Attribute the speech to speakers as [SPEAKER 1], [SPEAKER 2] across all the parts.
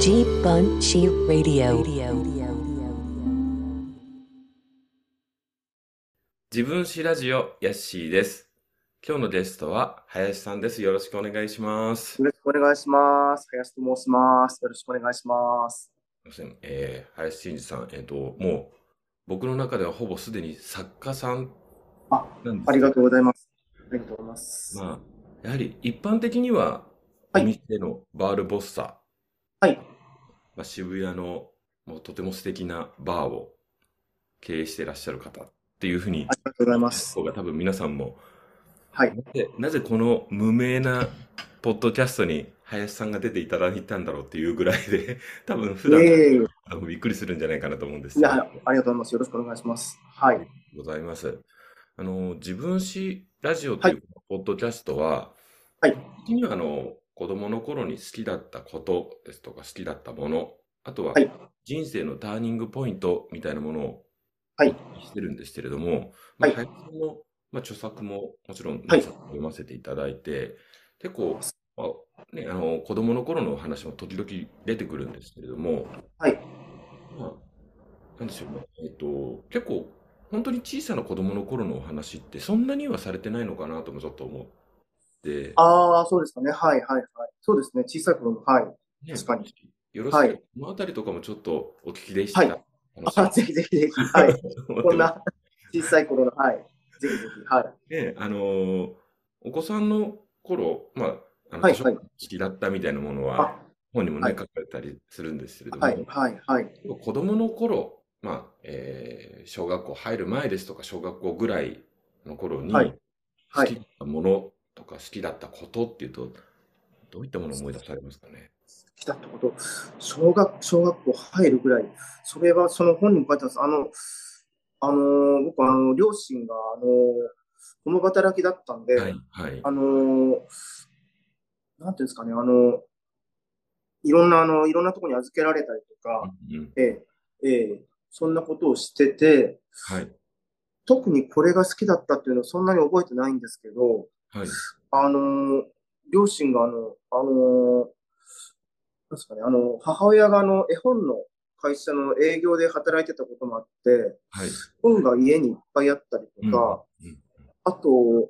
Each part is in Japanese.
[SPEAKER 1] G Bunchy Radio.
[SPEAKER 2] 自分史ラジオヤッシーです。今日のゲストは林さんです。よろしくお願いします。
[SPEAKER 3] よろしくお願いします。林と申します。よろしくお願いします。
[SPEAKER 2] すいません、林真二さん、もう僕の中ではほぼすでに作家さんなんですけど、
[SPEAKER 3] ありがとうございます。ありがとうございます。
[SPEAKER 2] やはり一般的にはお
[SPEAKER 3] はい。
[SPEAKER 2] 店のバールボッサ、
[SPEAKER 3] はい。
[SPEAKER 2] 渋谷のもうとても素敵なバーを経営していらっしゃる方っていうふうに
[SPEAKER 3] ありがとうござい
[SPEAKER 2] 聞い
[SPEAKER 3] ます。
[SPEAKER 2] た方が多分皆さんも
[SPEAKER 3] はい。
[SPEAKER 2] なぜこの無名なポッドキャストに林さんが出ていただいたんだろうっていうぐらいで、多分普
[SPEAKER 3] いえ
[SPEAKER 2] 段
[SPEAKER 3] いえいえ。
[SPEAKER 2] びっくりするんじゃないかなと思うんです
[SPEAKER 3] いや、
[SPEAKER 2] けれど。
[SPEAKER 3] ありがとうございます。よろしくお願いします。はい。
[SPEAKER 2] ございます。自分史ラジオと
[SPEAKER 3] はい。
[SPEAKER 2] いうポッドキャストは、
[SPEAKER 3] はい。
[SPEAKER 2] 時には子供の頃に好きだったことですとか好きだったもの、あとは
[SPEAKER 3] はい。
[SPEAKER 2] 人生のターニングポイントみたいなものを
[SPEAKER 3] はい。
[SPEAKER 2] お聞きしてるんですけれども、
[SPEAKER 3] はい。
[SPEAKER 2] 林さんの、著作ももちろん
[SPEAKER 3] はい。
[SPEAKER 2] 何冊か読ませていただいて、結構、子供の頃のお話も時々出てくるんですけれども、
[SPEAKER 3] はい。
[SPEAKER 2] まあ、なんでしょうね、結構、本当に小さな子供の頃のお話ってそんなにはされてないのかなともちょっと思って、
[SPEAKER 3] ああ、そうですかね。はい。はい。はい。そうですね。小さい頃の。はい。
[SPEAKER 2] ね、
[SPEAKER 3] 確かに。
[SPEAKER 2] もしよろしければ、
[SPEAKER 3] はい。
[SPEAKER 2] このあたりとかもちょっとお聞きでした
[SPEAKER 3] はい。
[SPEAKER 2] ら楽しい
[SPEAKER 3] ぜひぜひぜひ。はい。
[SPEAKER 2] と思ってます。
[SPEAKER 3] こんな小さい頃の。はい。ぜひぜひ。はい。
[SPEAKER 2] で、お子さんの頃、
[SPEAKER 3] はい。
[SPEAKER 2] 図書館
[SPEAKER 3] はい。
[SPEAKER 2] 好きだったみたいなものは、
[SPEAKER 3] あ、
[SPEAKER 2] 本にもね、
[SPEAKER 3] はい。
[SPEAKER 2] 書かれたりするんですけれど
[SPEAKER 3] はい。
[SPEAKER 2] も、
[SPEAKER 3] はい。はい。
[SPEAKER 2] 子供の頃、小学校入る前ですとか、小学校ぐらいの頃
[SPEAKER 3] はい。
[SPEAKER 2] に、好
[SPEAKER 3] はい。
[SPEAKER 2] きだったものとか好きだったことっていうと、どういったものを思い出されますかね。
[SPEAKER 3] 来たってこと、小学校入るぐらい、それはその本にも書いてます。僕、両親が、共働きだったん
[SPEAKER 2] はい、
[SPEAKER 3] で、
[SPEAKER 2] はい。
[SPEAKER 3] あの、なんていうんですかね、いろんなところに預けられたりとか、
[SPEAKER 2] うんうん。
[SPEAKER 3] ええ、えそんなことをしてて、
[SPEAKER 2] はい、
[SPEAKER 3] 特にこれが好きだったっていうのはそんなに覚えてないんですけど、
[SPEAKER 2] はい。
[SPEAKER 3] あの、両親がなんですかね、母親が絵本の会社の営業で働いてたこともあって、
[SPEAKER 2] はい。
[SPEAKER 3] 本が家にいっぱいあったりと
[SPEAKER 2] うん、
[SPEAKER 3] か、
[SPEAKER 2] うん。
[SPEAKER 3] あと、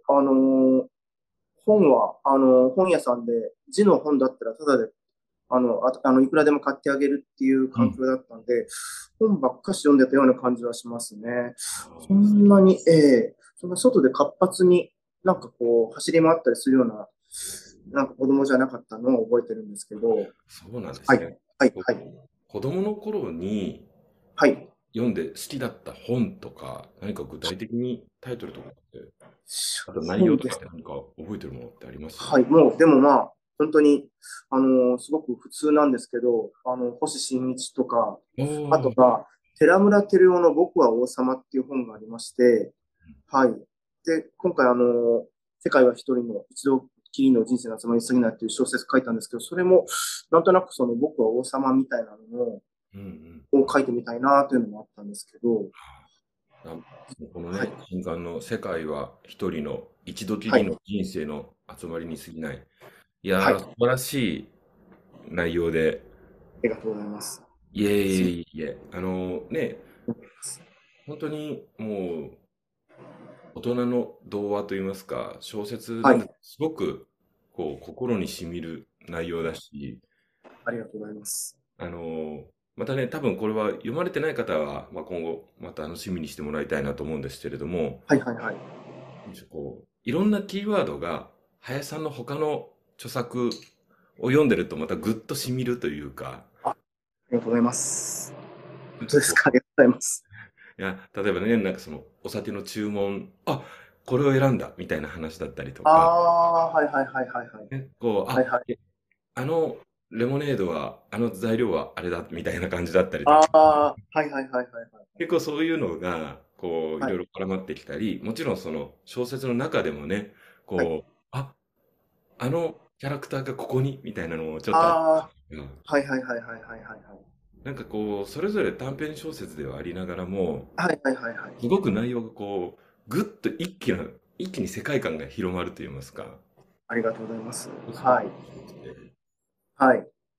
[SPEAKER 3] 本は、本屋さんで字の本だったらタダで、いくらでも買ってあげるっていう
[SPEAKER 2] うん。
[SPEAKER 3] 環境だったんで、本ばっかし読んでたような感じはしますね。そ
[SPEAKER 2] あ
[SPEAKER 3] んなに、そんな外で活発になんかこう、走り回ったりするような、なんか子供じゃなかったのを覚えてるんですけど、
[SPEAKER 2] そうなんで
[SPEAKER 3] はい、
[SPEAKER 2] すね。
[SPEAKER 3] はい、
[SPEAKER 2] こ
[SPEAKER 3] はい、
[SPEAKER 2] 子供の頃に
[SPEAKER 3] はい。
[SPEAKER 2] 読んで好きだった本とか、何か具体的にタイトルとかって、あと内容
[SPEAKER 3] そうです。
[SPEAKER 2] とかって何か覚えてるものってあります？
[SPEAKER 3] はい。もう、でもまあ、本当に、すごく普通なんですけど、星新一とか、
[SPEAKER 2] お
[SPEAKER 3] あと
[SPEAKER 2] ー、
[SPEAKER 3] が、寺村照夫の僕は王様っていう本がありまして、はい。で、今回世界は一人の一度きりの人生の集まりに過ぎないっていう小説書いたんですけど、それも、なんとなくその僕は王様みたいなの
[SPEAKER 2] うんうん。
[SPEAKER 3] を書いてみたいなというのもあったんですけど、
[SPEAKER 2] あこの
[SPEAKER 3] はい。
[SPEAKER 2] ね、新刊の世界は一人の一度き
[SPEAKER 3] はい。
[SPEAKER 2] りの人生の集まりに過ぎない。い
[SPEAKER 3] はい。
[SPEAKER 2] やー、素晴らしい内容で、
[SPEAKER 3] ありがとうございます。
[SPEAKER 2] いえいえ
[SPEAKER 3] すい
[SPEAKER 2] いえ、本当にもう大人の童話といいますか、小説
[SPEAKER 3] はい。
[SPEAKER 2] なんですごくこう心に染みる内容だし、
[SPEAKER 3] ありがとうございます。
[SPEAKER 2] あの、またね、多分これは読まれてない方は、今後また楽しみにしてもらいたいなと思うんですけれども、
[SPEAKER 3] はいはいはい。
[SPEAKER 2] いろんなキーワードが林さんの他の著作を読んでるとまたぐっと染みるというか、
[SPEAKER 3] ありがとうございます。
[SPEAKER 2] なんかこう、
[SPEAKER 3] 本当ですか？ありがとうございます。
[SPEAKER 2] いや、例えばね、なんかそのお酒の注文、あ、これを選んだみたいな話だったりと
[SPEAKER 3] あ
[SPEAKER 2] か、
[SPEAKER 3] あ、はいはいはいはいはい。
[SPEAKER 2] ね、
[SPEAKER 3] はいはい。
[SPEAKER 2] あのレモネードは、あの材料はあれだみたいな感じだったりとか、
[SPEAKER 3] ああ、はいはいはいはいはい。
[SPEAKER 2] 結構そういうのが、い
[SPEAKER 3] はい。
[SPEAKER 2] ろいろ絡まってきたり、もちろんその小説の中でもね、
[SPEAKER 3] はい。
[SPEAKER 2] あ、あのキャラクターがここにみたいなのもちょっとあった
[SPEAKER 3] ああ、
[SPEAKER 2] りとか、
[SPEAKER 3] はいはいはいはいはいはいはい。
[SPEAKER 2] なんかそれぞれ短編小説ではありながらも、
[SPEAKER 3] はいはいはいはい。
[SPEAKER 2] すごく内容がぐっと一気に世界観が広まると言いますか、
[SPEAKER 3] ありがとうございます。
[SPEAKER 2] すごく
[SPEAKER 3] はい。
[SPEAKER 2] 面白くて、
[SPEAKER 3] はい。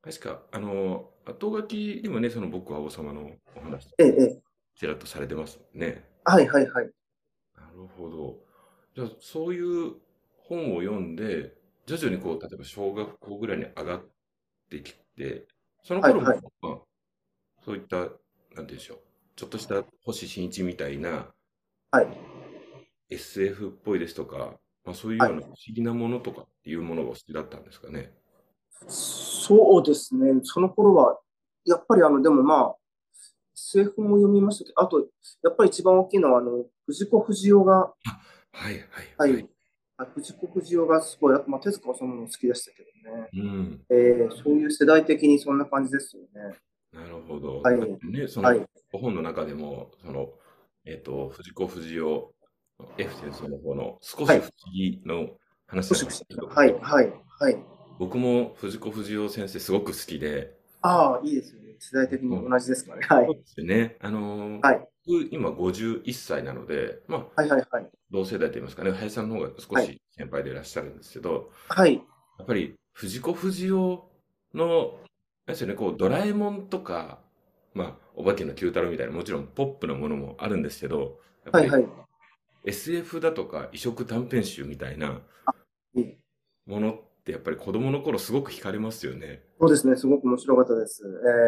[SPEAKER 2] 確か、後書きにもね、その僕は王様のお話と
[SPEAKER 3] ええ、
[SPEAKER 2] かも
[SPEAKER 3] ええ。
[SPEAKER 2] ちらっとされてますもんね。
[SPEAKER 3] はいはいはい。
[SPEAKER 2] なるほど。じゃあ、そういう本を読んで、徐々にこう、例えば小学校ぐらいに上がってきて、その頃も、
[SPEAKER 3] はいはい。
[SPEAKER 2] まあ、そういった、なんて言うんでしょう。ちょっとした星新一みたいな
[SPEAKER 3] はい。
[SPEAKER 2] SF っぽいですとか、まあ、そういう
[SPEAKER 3] はい。
[SPEAKER 2] ような不思議なものとかっていうものがお好きだったんですかね。
[SPEAKER 3] そうですね。その頃は、やっぱりでもまあ、政府も読みましたけど、あと、やっぱり一番大きいのは、藤子不二雄が、
[SPEAKER 2] あ、はいはい
[SPEAKER 3] はい。
[SPEAKER 2] はい。
[SPEAKER 3] 藤子不二雄がすごい、あと、まあ、手塚治虫も好きでしたけどね。
[SPEAKER 2] うん。
[SPEAKER 3] そういう世代的にそんな感じですよね。
[SPEAKER 2] なるほど。
[SPEAKER 3] はい。
[SPEAKER 2] だってね、その
[SPEAKER 3] はい。
[SPEAKER 2] 本の中でも、藤子不二雄 F 先生の方の少
[SPEAKER 3] はい。
[SPEAKER 2] し不思議の話
[SPEAKER 3] 少し
[SPEAKER 2] だったり
[SPEAKER 3] 不思議な。はい。
[SPEAKER 2] とかって、
[SPEAKER 3] はい。はい。
[SPEAKER 2] 僕も藤子不二雄先生すごく好きで、
[SPEAKER 3] ああ、いいですよね。世代的に
[SPEAKER 2] うん、
[SPEAKER 3] 同じですかね。は
[SPEAKER 2] そう
[SPEAKER 3] い。
[SPEAKER 2] ですよね。
[SPEAKER 3] はい。
[SPEAKER 2] 僕今51歳なので、まあ、
[SPEAKER 3] はい。はい。はい。
[SPEAKER 2] 同世代といいますかね、林さんの方が少
[SPEAKER 3] はい。
[SPEAKER 2] し先輩でいらっしゃるんですけど、
[SPEAKER 3] はい。
[SPEAKER 2] やっぱり藤子不二雄の、なんですよね、こう、ドラえもんとか、まあ、お化けの九太郎みたいな、もちろんポップなものもあるんですけど、やっぱ
[SPEAKER 3] はい。
[SPEAKER 2] り
[SPEAKER 3] はい。
[SPEAKER 2] SF だとか異色短編集みたいな
[SPEAKER 3] いい
[SPEAKER 2] ものってやっぱり子供の頃すごく惹かれますよね。
[SPEAKER 3] そうですね。すごく面白かったです。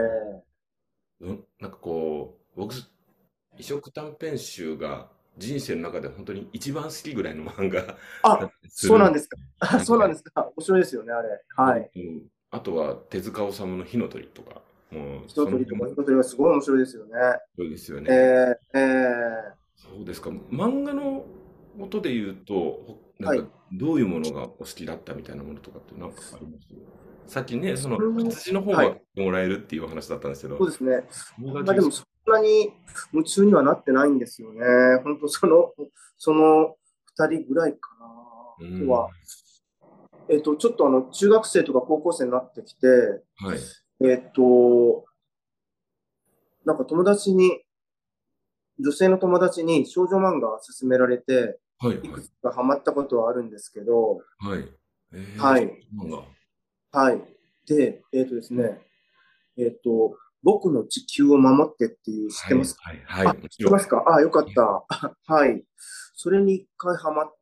[SPEAKER 2] なんかこう、僕、異色短編集が人生の中で本当に一番好きぐらいの漫画だった
[SPEAKER 3] あ、
[SPEAKER 2] りするんで、
[SPEAKER 3] そうなんですか。あ、そうなん
[SPEAKER 2] はい。
[SPEAKER 3] ですか。面白いですよね、あれ。はい。
[SPEAKER 2] あとは手塚治虫の火の鳥とか、もう
[SPEAKER 3] 一鳥とか
[SPEAKER 2] その辺も
[SPEAKER 3] 二鳥はすごい面白いですよね。
[SPEAKER 2] そうですよ
[SPEAKER 3] え
[SPEAKER 2] ね。
[SPEAKER 3] ー、
[SPEAKER 2] そうですか。漫画のことで言うと、なんか
[SPEAKER 3] はい。
[SPEAKER 2] どういうものがお好きだったみたいなものとかってなんかあります？さっきね、その活字の本
[SPEAKER 3] はい。
[SPEAKER 2] は買ってもらえるっていうお話だったんですけど、
[SPEAKER 3] そうですね。
[SPEAKER 2] 漫画中
[SPEAKER 3] まあでもそんなに夢中にはなってないんですよね。本当その二人ぐらいかな。
[SPEAKER 2] うん、
[SPEAKER 3] あとは、ちょっと中学生とか高校生になってきて、
[SPEAKER 2] はい、
[SPEAKER 3] えっと、なんか女性の友達に少女漫画を勧められて、
[SPEAKER 2] はい、はい、
[SPEAKER 3] いくつかハマったことはあるんですけど、
[SPEAKER 2] はい。
[SPEAKER 3] はい、
[SPEAKER 2] そうなんだ。
[SPEAKER 3] はい。で、ですね、僕の地球を守ってっていう、知っ
[SPEAKER 2] はい、
[SPEAKER 3] てますか？
[SPEAKER 2] はい、はい、
[SPEAKER 3] あ、知っ
[SPEAKER 2] もちろん。
[SPEAKER 3] てますか？あ、よかった。はい。それに一回ハマって、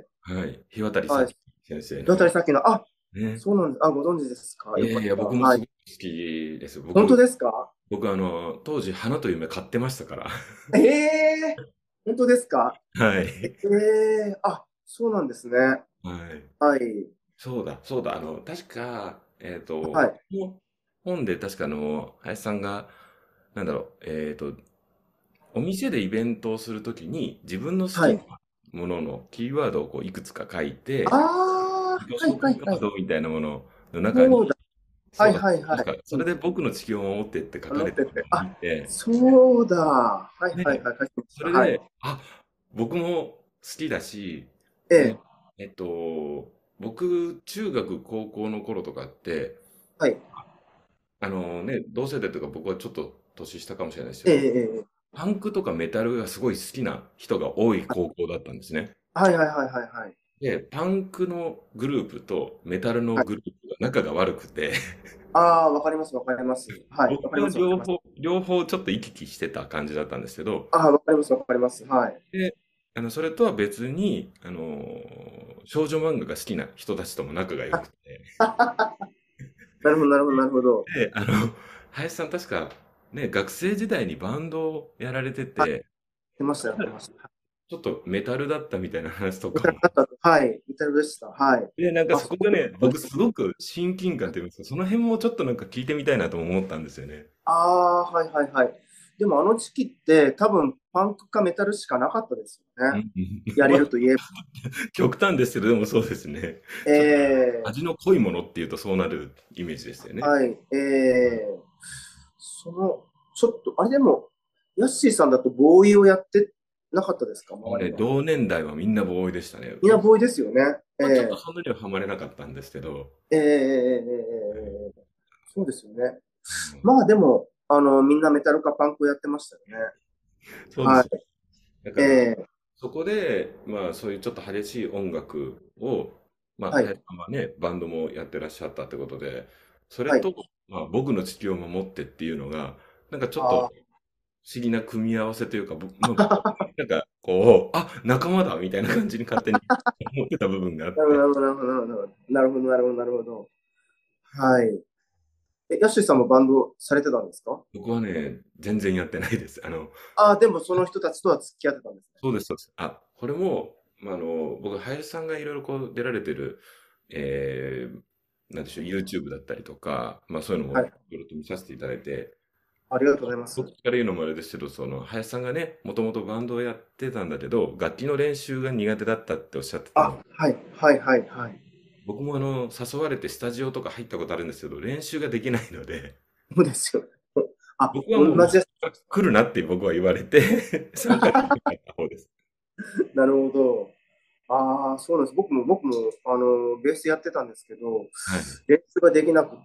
[SPEAKER 2] はい。日渡
[SPEAKER 3] はい。
[SPEAKER 2] 咲先生
[SPEAKER 3] 岩谷
[SPEAKER 2] の、
[SPEAKER 3] さっきの、あ、
[SPEAKER 2] ね。
[SPEAKER 3] そうなんです。あ、ご存知ですか？よかった。
[SPEAKER 2] いやいや、僕も
[SPEAKER 3] はい。
[SPEAKER 2] すごく好きです。
[SPEAKER 3] 本当ですか？
[SPEAKER 2] 僕当時、花と夢買ってましたから。
[SPEAKER 3] ええ本当ですか？
[SPEAKER 2] はい。
[SPEAKER 3] あ、そうなんですね。
[SPEAKER 2] はい。
[SPEAKER 3] はい。
[SPEAKER 2] そうだ、そうだ、確か、
[SPEAKER 3] はい。
[SPEAKER 2] この本で確か林さんが、なんだろう、お店でイベントをするときに自分の好きな
[SPEAKER 3] はい。
[SPEAKER 2] もののキーワードをこういくつか書い
[SPEAKER 3] あ
[SPEAKER 2] て、
[SPEAKER 3] あ、
[SPEAKER 2] 自己
[SPEAKER 3] はい
[SPEAKER 2] 紹介カ
[SPEAKER 3] はいはい。
[SPEAKER 2] ードみたいなものの中に、
[SPEAKER 3] そうだ。はい
[SPEAKER 2] そうだ、
[SPEAKER 3] はいはい。
[SPEAKER 2] 確か、それで僕の地球を守ってって書かれてるのを見
[SPEAKER 3] あ、
[SPEAKER 2] て、
[SPEAKER 3] そうだ。はいはい
[SPEAKER 2] で、
[SPEAKER 3] はい。書いてました。はい。
[SPEAKER 2] それで、あ、僕も好きだし、で、
[SPEAKER 3] ええ、
[SPEAKER 2] えっと、僕、中学、高校の頃とかって、
[SPEAKER 3] はい。
[SPEAKER 2] 同世代とか僕はちょっと年下かもしれないですけ
[SPEAKER 3] ええ、
[SPEAKER 2] ど、
[SPEAKER 3] ええ、ええ
[SPEAKER 2] パンクとかメタルがすごい好きな人が多い高校だったんですね。
[SPEAKER 3] はいはいはいはいはい。
[SPEAKER 2] で、パンクのグループとメタルのグループが仲が悪くて、
[SPEAKER 3] ああ、わかりますわかります。はい。わか
[SPEAKER 2] 僕は
[SPEAKER 3] りますわかります。
[SPEAKER 2] 両方ちょっと行き来してた感じだったんですけど、
[SPEAKER 3] ああ、わかりますわかります。はい。
[SPEAKER 2] で、それとは別に、少女漫画が好きな人たちとも仲が良くて、
[SPEAKER 3] なるほどなるほどなるほど。
[SPEAKER 2] で、林さん確かね、学生時代にバンドをやられて
[SPEAKER 3] はい。
[SPEAKER 2] て、
[SPEAKER 3] 出ましたやってました。
[SPEAKER 2] ちょっとメタルだったみたいな話と
[SPEAKER 3] メ
[SPEAKER 2] かも。
[SPEAKER 3] タルだったと。はい。メタルでした。はい。
[SPEAKER 2] で、なんか
[SPEAKER 3] あ、
[SPEAKER 2] そこがね、僕すごく親近感といいますか、その辺もちょっとなんか聞いてみたいなとも思ったんですよね。
[SPEAKER 3] ああー、はいはいはい。でもあの時期って多分パンクかメタルしかなかったですよね。
[SPEAKER 2] うんうん。
[SPEAKER 3] や
[SPEAKER 2] まあ、
[SPEAKER 3] れると言えば。
[SPEAKER 2] 極端ですけど、でもそうですね。ちょっと
[SPEAKER 3] ええ
[SPEAKER 2] 味の濃いものっていうとそうなるイメージですよね。
[SPEAKER 3] はい。ちょっと、あれでも、ヤッシーさんだとボーイをやってなかったですか？
[SPEAKER 2] もうね、
[SPEAKER 3] 周りは。
[SPEAKER 2] 同年代はみんなボーイでしたね。僕
[SPEAKER 3] みんなボーイですよね。
[SPEAKER 2] はちょっとそんなにはハマれなかったんですけど、
[SPEAKER 3] そうですよね。
[SPEAKER 2] うん、
[SPEAKER 3] まあでも、みんなメタルかパンクをやってましたよね。は
[SPEAKER 2] そうですよ。だ
[SPEAKER 3] い。
[SPEAKER 2] から、そこで、まあそういうちょっと激しい音楽を、まあ、
[SPEAKER 3] はい。
[SPEAKER 2] 林さんはね、バンドもやってらっしゃったってことで、 それ
[SPEAKER 3] はい。
[SPEAKER 2] と、まあ、僕の地球を守ってっていうのが、なんかちょっと不
[SPEAKER 3] ああ。
[SPEAKER 2] 思議な組み合わせというか、まあ、なんかこう、あ、仲間だみたいな感じに勝手に思ってた部分があって、
[SPEAKER 3] なるほど、なるほど、なるほど、なるほど、なるほど。はい。ヤッシーさんもバンドされてたんですか？
[SPEAKER 2] 僕はね、全然やってないです。
[SPEAKER 3] ああ、でもその人たちとは付き合ってたんですね。
[SPEAKER 2] そうです、そうです。あ、これも、まあ、僕、林さんがいろいろこう出られてる、なんでしょう、YouTube だったりとか、まあそういうのも
[SPEAKER 3] はい。
[SPEAKER 2] いろいろと見させていただいて、
[SPEAKER 3] ありがとうございます。
[SPEAKER 2] 僕から言うのもあれですけど、林さんがね、もともとバンドをやってたんだけど、楽器の練習が苦手だったっておっしゃってた
[SPEAKER 3] あ、
[SPEAKER 2] の。
[SPEAKER 3] はい、はい、はい、はい。
[SPEAKER 2] 僕も誘われてスタジオとか入ったことあるんですけど、練習ができないので、
[SPEAKER 3] そうですよ。あ、
[SPEAKER 2] 僕はもう、
[SPEAKER 3] 同じです。
[SPEAKER 2] 来るなって僕は言われて参加できなかった方です。
[SPEAKER 3] なるほど。ああ、そうなんです。僕も、ベースやってたんですけど、
[SPEAKER 2] はい。
[SPEAKER 3] 練習ができなくって、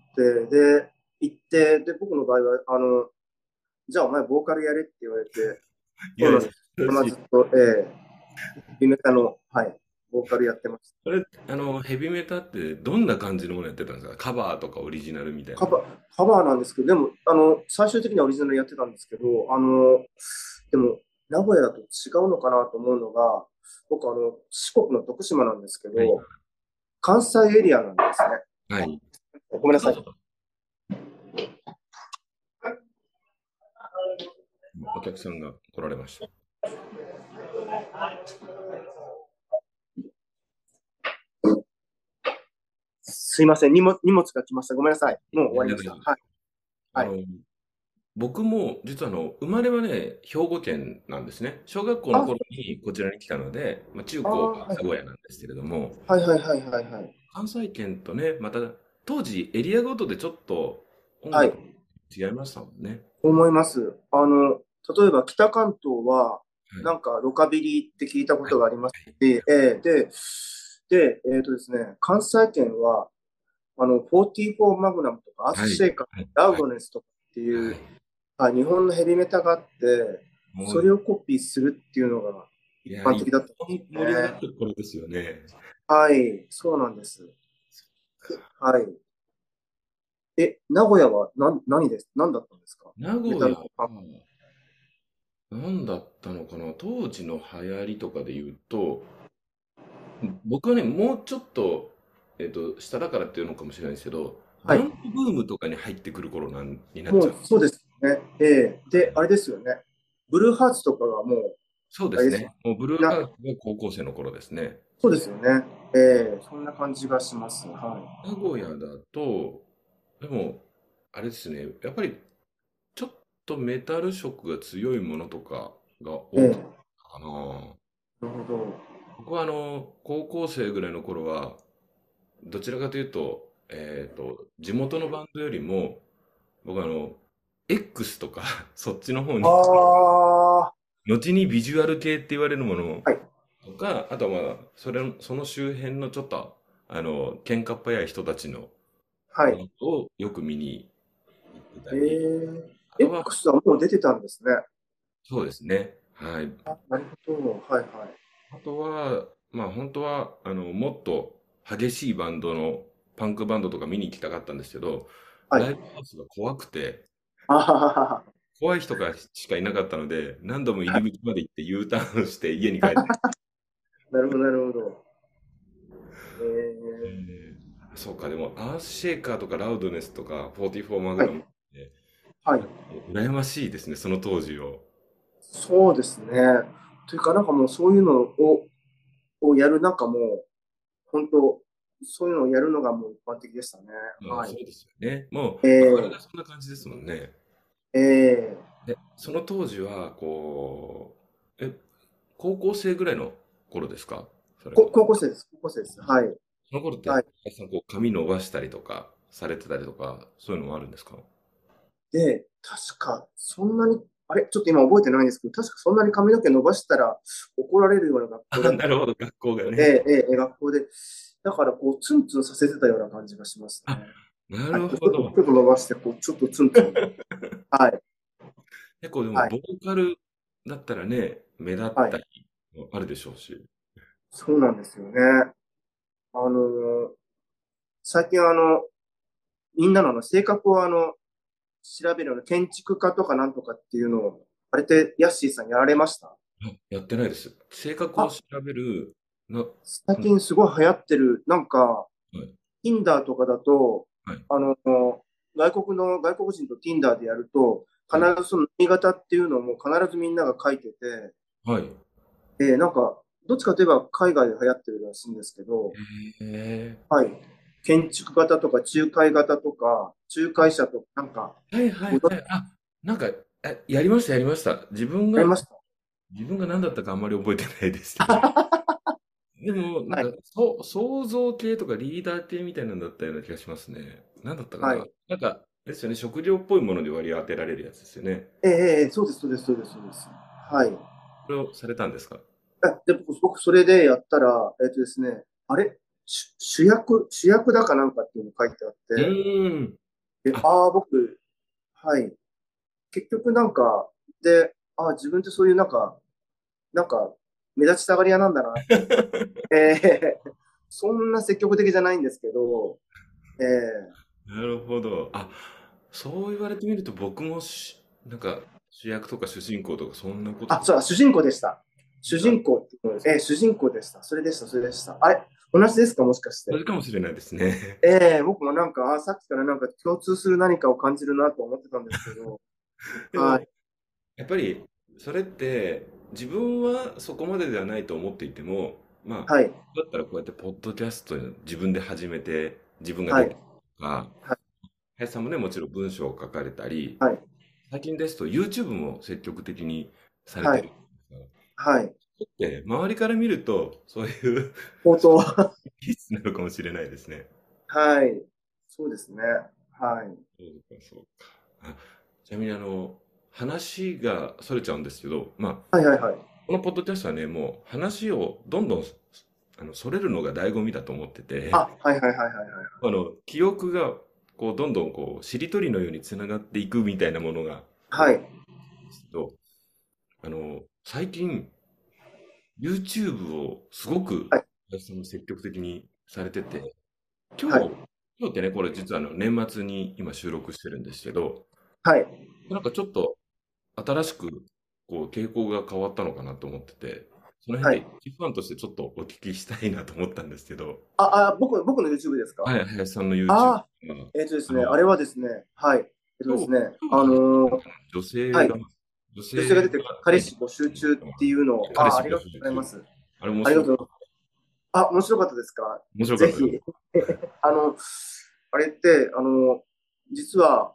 [SPEAKER 3] で、行って、で、僕の場合は、じゃあお前ボーカルやれって言われて、
[SPEAKER 2] いや、素
[SPEAKER 3] そうなんです。
[SPEAKER 2] 晴らしい。
[SPEAKER 3] まあずっと、ヘビメタの、はい、ボーカルやってました。
[SPEAKER 2] それ、ヘビメタってどんな感じのものやってたんですか？カバーとかオリジナルみたいな。
[SPEAKER 3] カバー、カバーなんですけど、でも、最終的にはオリジナルやってたんですけど、でも、名古屋だと違うのかなと思うのが、僕、四国の徳島なんですけ
[SPEAKER 2] はい。
[SPEAKER 3] ど、関西エリアなんですね。
[SPEAKER 2] はい。
[SPEAKER 3] ごめんなさい。
[SPEAKER 2] お客さんが来られました。
[SPEAKER 3] すいません。荷物が来ました。ごめんなさい。もう終わりました。
[SPEAKER 2] 全然大丈夫です。
[SPEAKER 3] はい。はい。
[SPEAKER 2] あの、僕も実は生まれはね、兵庫県なんですね。小学校の
[SPEAKER 3] あ、
[SPEAKER 2] 頃にこちらに来たので、まあ、中
[SPEAKER 3] あ
[SPEAKER 2] 高は
[SPEAKER 3] ー、はい。
[SPEAKER 2] 名古屋なんですけれども、
[SPEAKER 3] はいはいはいはいはい。
[SPEAKER 2] 関西圏とね、また当時エリアごとでちょっと音
[SPEAKER 3] はい。
[SPEAKER 2] 楽違いましたもんね。
[SPEAKER 3] 思います。例えば北関東は、
[SPEAKER 2] はい。
[SPEAKER 3] なんかロカビリーって聞いたこ
[SPEAKER 2] はい。
[SPEAKER 3] とがありますし、で、ですね、関西圏は、44マグナムとか、アース
[SPEAKER 2] はい。
[SPEAKER 3] シェイカー、
[SPEAKER 2] はい。
[SPEAKER 3] ラウ
[SPEAKER 2] はい。
[SPEAKER 3] ドネスとかっていう、
[SPEAKER 2] はい。
[SPEAKER 3] 日本のヘビメタがあって、
[SPEAKER 2] もう、
[SPEAKER 3] それをコピーするっていうのが一
[SPEAKER 2] いや、
[SPEAKER 3] 般
[SPEAKER 2] 一
[SPEAKER 3] 的だったんです
[SPEAKER 2] 番盛り上がっ
[SPEAKER 3] よね。
[SPEAKER 2] てる頃ですよね。
[SPEAKER 3] はい、そうなんです。
[SPEAKER 2] そっ
[SPEAKER 3] で、
[SPEAKER 2] か。
[SPEAKER 3] はい。名古屋は何だったんですか？
[SPEAKER 2] 名
[SPEAKER 3] メタル。
[SPEAKER 2] 古屋は何だったのかな、当時の流行りとかで言うと、僕はね、もうちょっと、下だからっていうのかもしれないですけど、
[SPEAKER 3] はい。
[SPEAKER 2] バンドブームとかに入ってくる頃になっちゃう。
[SPEAKER 3] もうそうですね。で、あれですよね。ブルーハーツとかがもう、あれですよ。
[SPEAKER 2] そうですね。もうブルーハーツが高校生の頃ですね。
[SPEAKER 3] そうですよね。そんな感じがします。は
[SPEAKER 2] 名古屋だと、でも、あれですね。やっぱりちょっとメタル色が強いものとかが
[SPEAKER 3] い。
[SPEAKER 2] 多かったかな。
[SPEAKER 3] なるほど。
[SPEAKER 2] 僕は高校生ぐらいの頃は、どちらかというと、地元のバンドよりも、僕X とかそっちの方
[SPEAKER 3] あ
[SPEAKER 2] に、
[SPEAKER 3] あ、
[SPEAKER 2] 後にビジュアル系って言われるもの
[SPEAKER 3] はい。
[SPEAKER 2] とか、あとはまあ、その周辺のちょっと、喧嘩っ早い人たちの
[SPEAKER 3] はい。
[SPEAKER 2] バンドをよく見に行ってたり、あとは、
[SPEAKER 3] X はもう出てたんですね。
[SPEAKER 2] そうですね。はい。
[SPEAKER 3] なるほど。はいはい。
[SPEAKER 2] あとは、まあ本当は、もっと激しいバンドの、パンクバンドとか見に行きたかったんですけど、
[SPEAKER 3] はい。
[SPEAKER 2] ライブハウスが怖くて、
[SPEAKER 3] あはははは。
[SPEAKER 2] 怖い人がしかいなかったので、何度も入り口まで行って U ターンして家に帰って、
[SPEAKER 3] なるほど、なるほど。
[SPEAKER 2] そうか、でも、アースシェイカーとかラウドネスとか、44マグ
[SPEAKER 3] はい。
[SPEAKER 2] ナムって、
[SPEAKER 3] はい。
[SPEAKER 2] なんか羨ましいですね、その当時を。
[SPEAKER 3] そうですね。というか、なんかもうそういうのをやる、なんかもう、本当、そういうのをやるのがもう一般的でしたね。
[SPEAKER 2] まあ、
[SPEAKER 3] はい。
[SPEAKER 2] そうですよね。もう、周りが
[SPEAKER 3] え
[SPEAKER 2] そんな感じですもんね。
[SPEAKER 3] ー、え
[SPEAKER 2] で、その当時は、高校生ぐらいの頃ですか？それは。
[SPEAKER 3] 高校生です。高校生です。はい。
[SPEAKER 2] その頃って、
[SPEAKER 3] はい。
[SPEAKER 2] 林さん、髪伸ばしたりとか、されてたりとか、そういうのもあるんですか？
[SPEAKER 3] で、確か、そんなに、あれ、ちょっと今覚えてないんですけど、確かそんなに髪の毛伸ばしたら怒られるような学校
[SPEAKER 2] あ、
[SPEAKER 3] だったの
[SPEAKER 2] なるほど、学校がね。
[SPEAKER 3] で、学校で、だからこう、ツンツンさせてたような感じがします
[SPEAKER 2] あ、
[SPEAKER 3] ね。
[SPEAKER 2] な
[SPEAKER 3] はい。
[SPEAKER 2] るほど。
[SPEAKER 3] ちょっと伸ばして、こう、ちょっとツンツン。はい。
[SPEAKER 2] 結構でも、
[SPEAKER 3] はい。
[SPEAKER 2] ボーカルだったらね、目立っ
[SPEAKER 3] はい。
[SPEAKER 2] たりもあるでしょうし。
[SPEAKER 3] そうなんですよね。あのー最近みんなの性格を調べる建築家とかなんとかっていうのを、あれってヤッシーさんやられました？
[SPEAKER 2] やってないです。性格を
[SPEAKER 3] あ、
[SPEAKER 2] 調べるな、
[SPEAKER 3] 最近すごい流行ってる、なんか、
[SPEAKER 2] はい、
[SPEAKER 3] Tinder とかだと、
[SPEAKER 2] はい、
[SPEAKER 3] あの、外国人と Tinder でやると、必
[SPEAKER 2] はい、
[SPEAKER 3] ずその新潟っていうのも必ずみんなが書いてて、
[SPEAKER 2] はい。
[SPEAKER 3] なんか、どっちかといえば海外で流行ってるらしいんですけど、
[SPEAKER 2] え
[SPEAKER 3] はい。建築型とか仲介型とか、仲
[SPEAKER 2] あ、
[SPEAKER 3] 介者とか、なんか、
[SPEAKER 2] はいはい
[SPEAKER 3] ご存知
[SPEAKER 2] はい。なんか、やりました、やりました。
[SPEAKER 3] ありました？
[SPEAKER 2] 自分が何だったかあんまり覚えてないですけど。でも、なん
[SPEAKER 3] はい。
[SPEAKER 2] か、創造系とかリーダー系みたいなのだったような気がしますね。何だったかな。
[SPEAKER 3] はい。
[SPEAKER 2] なんか、あれですよね、食料っぽいもので割り当てられるやつですよね。
[SPEAKER 3] そうです、そうです、そうです、そうです。はい。
[SPEAKER 2] それをされたんですか？
[SPEAKER 3] で、僕それでやったら、ですね、あれ主役だかなんかっていうの書いてあっ
[SPEAKER 2] う
[SPEAKER 3] て、
[SPEAKER 2] ーん。あ、
[SPEAKER 3] 僕、はい。結局なんか、で、自分ってそういうなんか、目立ちたがり屋なんだなと思って。そんな積極的じゃないんですけど、えー
[SPEAKER 2] なるほど。そう言われてみると僕もなんか主役とか主人公とかそんなこと
[SPEAKER 3] そうだ、主人公でした。主
[SPEAKER 2] が
[SPEAKER 3] 人公ってことです。主人公でした。それでした、それでした。あれ同じですかもしかして？
[SPEAKER 2] 同じかもしれないですね。
[SPEAKER 3] 僕もなんか、さっきからなんか共通する何かを感じるなと思ってたんですけど、
[SPEAKER 2] でも、
[SPEAKER 3] はい、
[SPEAKER 2] やっぱりそれって自分はそこまでではないと思っていても、まあ、
[SPEAKER 3] はい、
[SPEAKER 2] だったらこうやってポッドキャスト自分で始めて自分が
[SPEAKER 3] はい、
[SPEAKER 2] 出てとか、
[SPEAKER 3] はい、
[SPEAKER 2] 林さんもね、もちろん文章を書かれたり、
[SPEAKER 3] はい、
[SPEAKER 2] 最近ですと YouTube も積極的にされ
[SPEAKER 3] はい、
[SPEAKER 2] てる。
[SPEAKER 3] はい。
[SPEAKER 2] で、周りから見ると、そういう
[SPEAKER 3] 冒頭、
[SPEAKER 2] 気質なのかもしれないですね。
[SPEAKER 3] はい、そうですね。はい、
[SPEAKER 2] そうか、そうか。ちなみに話がそれちゃうんですけど、まあ、
[SPEAKER 3] はい、はい、はい。
[SPEAKER 2] このポッドキャストはね、もう話をどんどんそれるのが醍醐味だと思ってて、
[SPEAKER 3] はい、はい、はい、はい、はい。
[SPEAKER 2] 記憶がこうどんどんこうしりとりのようにつながっていくみたいなものがこう、
[SPEAKER 3] はい、
[SPEAKER 2] ですけど、最近 YouTube をすごく
[SPEAKER 3] はい、
[SPEAKER 2] 林さんも積極的にされてて、
[SPEAKER 3] はい、
[SPEAKER 2] 今日ってね、これ実は年末に今収録してるんですけど、
[SPEAKER 3] はい。
[SPEAKER 2] なんかちょっと新しくこう傾向が変わったのかなと思ってて、その辺
[SPEAKER 3] はい。
[SPEAKER 2] で一ファンとしてちょっとお聞きしたいなと思ったんですけど、
[SPEAKER 3] 僕の YouTube ですか？
[SPEAKER 2] はい、林さんの YouTube
[SPEAKER 3] あ
[SPEAKER 2] が、
[SPEAKER 3] ですね、
[SPEAKER 2] あの、
[SPEAKER 3] あれはですね、はい。ですね、
[SPEAKER 2] 今日始めたのかな、
[SPEAKER 3] はい。
[SPEAKER 2] 女
[SPEAKER 3] 女性が出て、
[SPEAKER 2] 性が
[SPEAKER 3] 彼
[SPEAKER 2] 第一
[SPEAKER 3] 氏募集中っていうのを、
[SPEAKER 2] 彼氏
[SPEAKER 3] ありがとう
[SPEAKER 2] 募集中。
[SPEAKER 3] ございます。
[SPEAKER 2] あれ面
[SPEAKER 3] ありが
[SPEAKER 2] 白かった。
[SPEAKER 3] とうございます。面白かったですか？
[SPEAKER 2] 面白かったです。
[SPEAKER 3] ぜひ。あの、あれって、実は、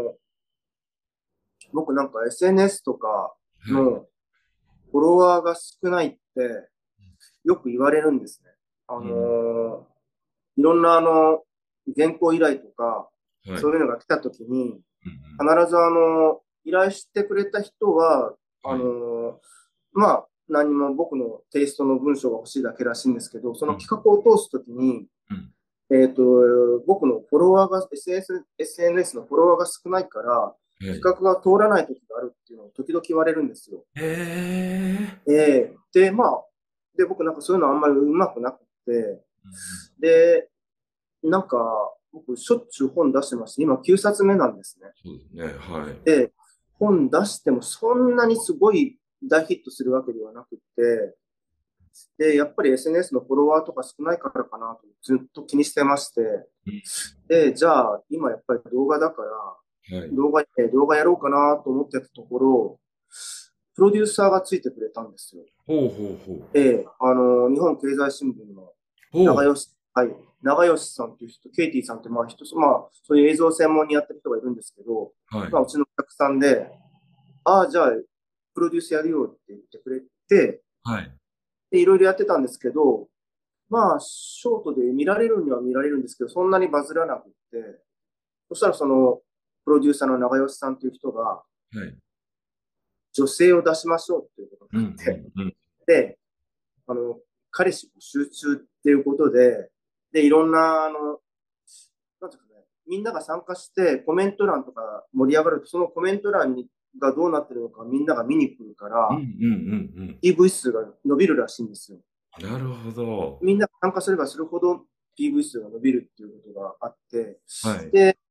[SPEAKER 3] 僕なんか SNS とか
[SPEAKER 2] はい。
[SPEAKER 3] のフォロワーが少ないってよく言われるんですね。
[SPEAKER 2] うん。
[SPEAKER 3] いろんな原稿依頼とか、
[SPEAKER 2] はい。
[SPEAKER 3] そういうのが来たときに、
[SPEAKER 2] うん
[SPEAKER 3] 必ず依頼してくれた人は、
[SPEAKER 2] うん。はい。
[SPEAKER 3] 何も僕のテイストの文章が欲しいだけらしいんですけど、そ
[SPEAKER 2] うん。
[SPEAKER 3] の企画を通すときに、
[SPEAKER 2] うん。
[SPEAKER 3] 僕のフォロワーが、SNS のフォロワーが少ないから、
[SPEAKER 2] はい。
[SPEAKER 3] 企画が通らないときがあるっていうのを時々言われるんですよ。
[SPEAKER 2] ええ
[SPEAKER 3] で、僕なんかそういうのあんまりうまくなくて、
[SPEAKER 2] ー。うん
[SPEAKER 3] で、なんか、僕しょっちゅう本出してまして、今9冊目なんですね。
[SPEAKER 2] そうですね。はい。
[SPEAKER 3] で、本出してもそんなにすごい大ヒットするわけではなくて、で、やっぱり SNS のフォロワーとか少ないからかなとずっと気にしてまして、で、じゃあ今やっぱり動画だから、
[SPEAKER 2] うん。はい。
[SPEAKER 3] 動画やろうかなと思ってたところ、プロデューサーがついてくれたんですよ。
[SPEAKER 2] ほうほうほう。
[SPEAKER 3] 日本経済新聞の
[SPEAKER 2] ほう。
[SPEAKER 3] はい、長吉さんという人、ケイティさんって、そういう映像専門にやってる人がいるんですけど、
[SPEAKER 2] はい。
[SPEAKER 3] うちのお客さんで、じゃあ、プロデュースやるよって言ってくれて、
[SPEAKER 2] はい。
[SPEAKER 3] で、いろいろやってたんですけど、ショートで見られるには見られるんですけど、そんなにバズらなくって、そしたらプロデューサーの長吉さんという人が、
[SPEAKER 2] はい。
[SPEAKER 3] 女性を出しましょうっていうこと
[SPEAKER 2] うん
[SPEAKER 3] になって、
[SPEAKER 2] うんうん。
[SPEAKER 3] で、彼氏募集中っていうことで、で、いろんな、なんていうかね、みんなが参加してコメント欄とか盛り上がると、そのコメント欄がどうなってるのかみんなが見に来るから、
[SPEAKER 2] うんうん
[SPEAKER 3] PV 数が伸びるらしいんですよ。
[SPEAKER 2] うん。なるほど。
[SPEAKER 3] みんなが参加すればするほど PV 数が伸びるっていうことがあって、
[SPEAKER 2] はい。
[SPEAKER 3] で、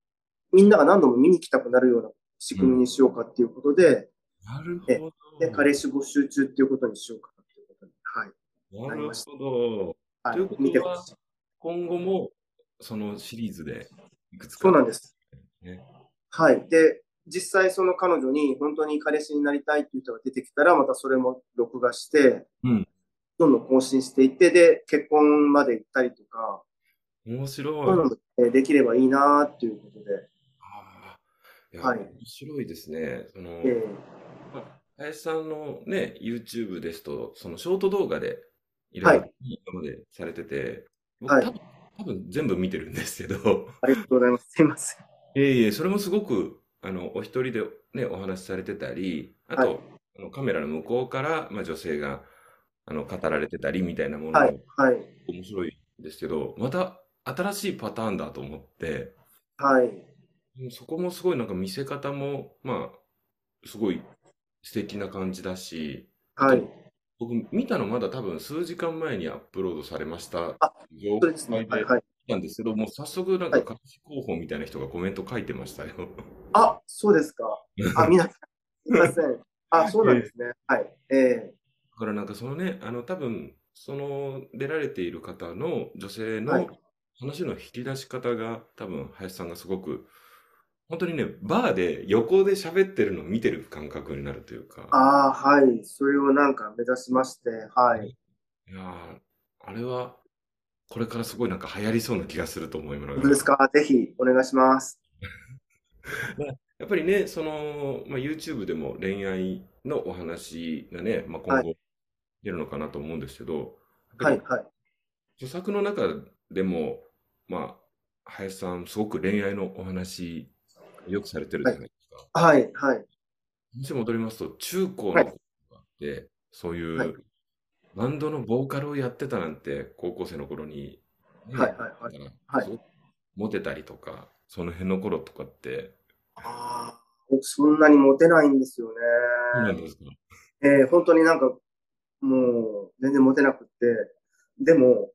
[SPEAKER 3] みんなが何度も見に来たくなるような仕組みにしようかっていうことで、
[SPEAKER 2] なる
[SPEAKER 3] え、
[SPEAKER 2] ほ
[SPEAKER 3] で、
[SPEAKER 2] ど。
[SPEAKER 3] 彼氏募集中っていうことにしようかなっていうことに、はい、
[SPEAKER 2] なる
[SPEAKER 3] なりました。
[SPEAKER 2] ほど。
[SPEAKER 3] はい、
[SPEAKER 2] ということは、
[SPEAKER 3] 見てほしい。
[SPEAKER 2] 今後もそのシリーズでいくつか、
[SPEAKER 3] そうなんです。
[SPEAKER 2] ね。
[SPEAKER 3] はい。で、実際その彼女に本当に彼氏になりたいっていう人が出てきたら、またそれも録画して、
[SPEAKER 2] うん。
[SPEAKER 3] どんどん更新していって、で、結婚まで行ったりとか、
[SPEAKER 2] 面白い。
[SPEAKER 3] そういうのもできればいいなっていうことで、
[SPEAKER 2] ああ、いや、面
[SPEAKER 3] はい。
[SPEAKER 2] 白いですね。
[SPEAKER 3] えー
[SPEAKER 2] まあ、林さんのね、YouTube ですと、そのショート動画でいろいろ
[SPEAKER 3] はい。
[SPEAKER 2] 今までされてて、僕
[SPEAKER 3] はい。
[SPEAKER 2] 多分全部見てるんですけど、
[SPEAKER 3] ありがとうございます。すいません。
[SPEAKER 2] いえいえ、それもすごく、お一人でね、お話しされてたり、あ
[SPEAKER 3] はい。
[SPEAKER 2] と、カメラの向こうから、まあ、女性が、語られてたりみたいなもの
[SPEAKER 3] はい。
[SPEAKER 2] も
[SPEAKER 3] はい。
[SPEAKER 2] 面白いですけど、また新しいパターンだと思って、
[SPEAKER 3] はい。
[SPEAKER 2] そこもすごいなんか見せ方も、まあ、すごい素敵な感じだし、あと、
[SPEAKER 3] はい。
[SPEAKER 2] 僕見たのまだ多分数時間前にアップロードされました
[SPEAKER 3] あ、そ
[SPEAKER 2] 状
[SPEAKER 3] れですね。はい。
[SPEAKER 2] 態で
[SPEAKER 3] はい。
[SPEAKER 2] 見たんですけど、もう早速なん
[SPEAKER 3] はい。
[SPEAKER 2] か監視候補みたいな人がコメント書いてましたよ。
[SPEAKER 3] あ、そうですか。あ、皆さん、すいません。あ、そうなんで
[SPEAKER 2] ええ、
[SPEAKER 3] すね。はい。
[SPEAKER 2] だからなんかそのね、多分、その出られている方の女性
[SPEAKER 3] はい。
[SPEAKER 2] の話の引き出し方が多分林さんがすごく、本当にね、バーで横で喋ってるのを見てる感覚になるというか、
[SPEAKER 3] ああ、はい。それをなんか目指しまして、はい。
[SPEAKER 2] いやー、あれはこれからすごいなんか流行りそうな気がすると思いながら。
[SPEAKER 3] 本当ですか？ぜひお願いします。
[SPEAKER 2] まあやっぱりね、まあ、YouTube でも恋愛のお話がね、まあ、今
[SPEAKER 3] はい。
[SPEAKER 2] 後出るのかなと思うんですけど、やっぱ
[SPEAKER 3] はい。
[SPEAKER 2] り
[SPEAKER 3] はい。
[SPEAKER 2] 著作の中でも、まあ、林さん、すごく恋愛のお話、よくされてる
[SPEAKER 3] はい。
[SPEAKER 2] じゃないですか。
[SPEAKER 3] はい。はい。
[SPEAKER 2] 話戻りますと、中高
[SPEAKER 3] はい。
[SPEAKER 2] の頃があって、そう
[SPEAKER 3] はい。
[SPEAKER 2] いうバンドのボーカルをやってたなんて、高校生の頃に、
[SPEAKER 3] はい。
[SPEAKER 2] ね、
[SPEAKER 3] はい。はい。
[SPEAKER 2] だから、
[SPEAKER 3] はい。
[SPEAKER 2] すごくモテたりとか、その辺の頃とかって、
[SPEAKER 3] ああ、僕そんなにモテないんですよね。
[SPEAKER 2] そうなんですか。
[SPEAKER 3] 本当になんかもう全然モテなくって、でも、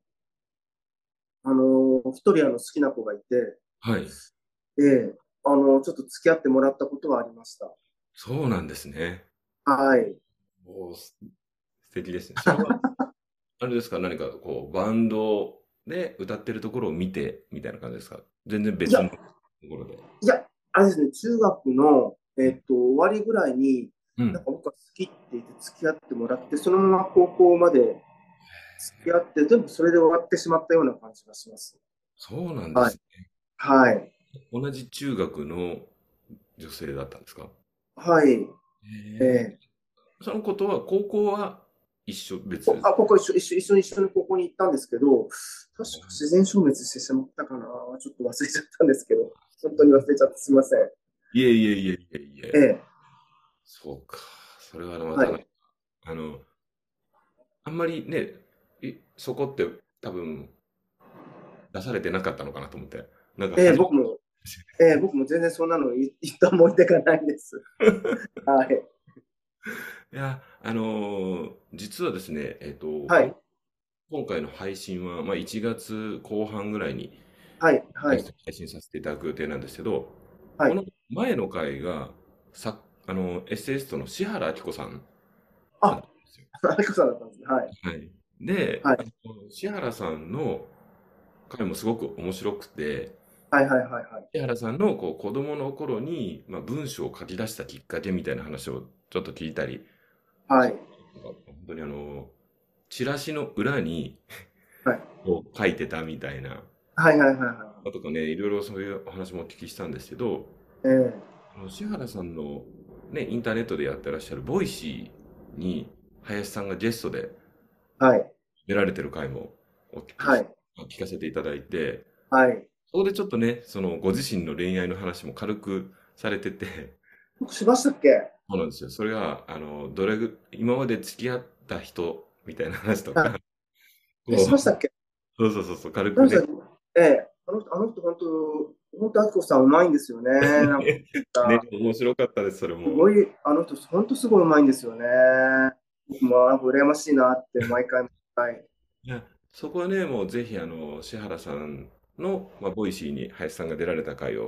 [SPEAKER 3] 一人好きな子がいて、
[SPEAKER 2] はい。
[SPEAKER 3] ええちょっと付き合ってもらったことはありました。
[SPEAKER 2] そうなんですね。
[SPEAKER 3] はい。
[SPEAKER 2] おー、素敵ですね。それは、あれですか、何かこう、バンドで歌ってるところを見て、みたいな感じですか？全然
[SPEAKER 3] いや、
[SPEAKER 2] 別のところで。
[SPEAKER 3] いや、あれですね、中学の、
[SPEAKER 2] うん。
[SPEAKER 3] 終わりぐらいに、
[SPEAKER 2] うん。
[SPEAKER 3] なんか僕は好きって言って付き合ってもらって、そのまま高校まで付き合って、全部それで終わってしまったような感じがします。
[SPEAKER 2] そうなんで
[SPEAKER 3] はい。
[SPEAKER 2] すね。
[SPEAKER 3] はい。
[SPEAKER 2] 同じ中学の女性だったんですか？
[SPEAKER 3] はい。
[SPEAKER 2] へえ。
[SPEAKER 3] ええ
[SPEAKER 2] そのことは、高校は一緒、別。
[SPEAKER 3] ここ一緒に高校に行ったんですけど、確か自然消滅してしまったかな。ちょっと忘れちゃったんですけど、本当に忘れちゃってすみません。
[SPEAKER 2] いえいえいえいえいえ。
[SPEAKER 3] ええ、
[SPEAKER 2] そうか。それはまた、
[SPEAKER 3] はい。
[SPEAKER 2] あの、あんまりね、そこって多分出されてなかったのかなと思って。なんか
[SPEAKER 3] ええ、
[SPEAKER 2] 初めて。
[SPEAKER 3] 僕も全然そんなの言った思い出がないです。はい。
[SPEAKER 2] いや、実はですね、
[SPEAKER 3] はい。
[SPEAKER 2] 今回の配信は、まあ、1月後半ぐらいに、
[SPEAKER 3] はい。はい。
[SPEAKER 2] 配信させていただく予定なんですけど、
[SPEAKER 3] はい。
[SPEAKER 2] この前の回が、エッセイストの志原明子さんだったん
[SPEAKER 3] あ、
[SPEAKER 2] ですよ。
[SPEAKER 3] あきこさんだったんですね。はい。
[SPEAKER 2] はい。で、
[SPEAKER 3] はい。
[SPEAKER 2] 志原さんの回もすごく面白くて、
[SPEAKER 3] はい。はい。はい。はい。
[SPEAKER 2] 志原さんのこう子供の頃に、まあ、文章を書き出したきっかけみたいな話をちょっと聞いたり、
[SPEAKER 3] はい。
[SPEAKER 2] 本当にチラシの裏に
[SPEAKER 3] はい。
[SPEAKER 2] こう書いてたみたいな、
[SPEAKER 3] はい。はい。は
[SPEAKER 2] とかね、いろいろそういうお話もお聞きしたんですけど、
[SPEAKER 3] い。
[SPEAKER 2] 志原さんのね、インターネットでやってらっしゃるボイシーに、林さんがゲストで
[SPEAKER 3] はい。
[SPEAKER 2] 出られてる回もお聞きし、
[SPEAKER 3] はい。
[SPEAKER 2] 聞かせていただいて、
[SPEAKER 3] はい。
[SPEAKER 2] そこでちょっとね、そのご自身の恋愛の話も軽くされてて、
[SPEAKER 3] 僕しましたっけ？
[SPEAKER 2] そうなんですよ。それが、今まで付き合った人みたいな話と
[SPEAKER 3] はい。
[SPEAKER 2] か、こう、
[SPEAKER 3] しましたっけ？
[SPEAKER 2] そうそうそうそう、軽くね、
[SPEAKER 3] なんか、あの人本当、あきこさんうまいんですよね。なん
[SPEAKER 2] ね、
[SPEAKER 3] か、
[SPEAKER 2] 面白かったです、それも。
[SPEAKER 3] すごい、あの人、本当すごいうまいんですよね。僕も、羨ましいなって毎回、はい。
[SPEAKER 2] いや、そこはね、もうぜひ、志原さんの、まあ、ボイシーに林さんが出られた回を、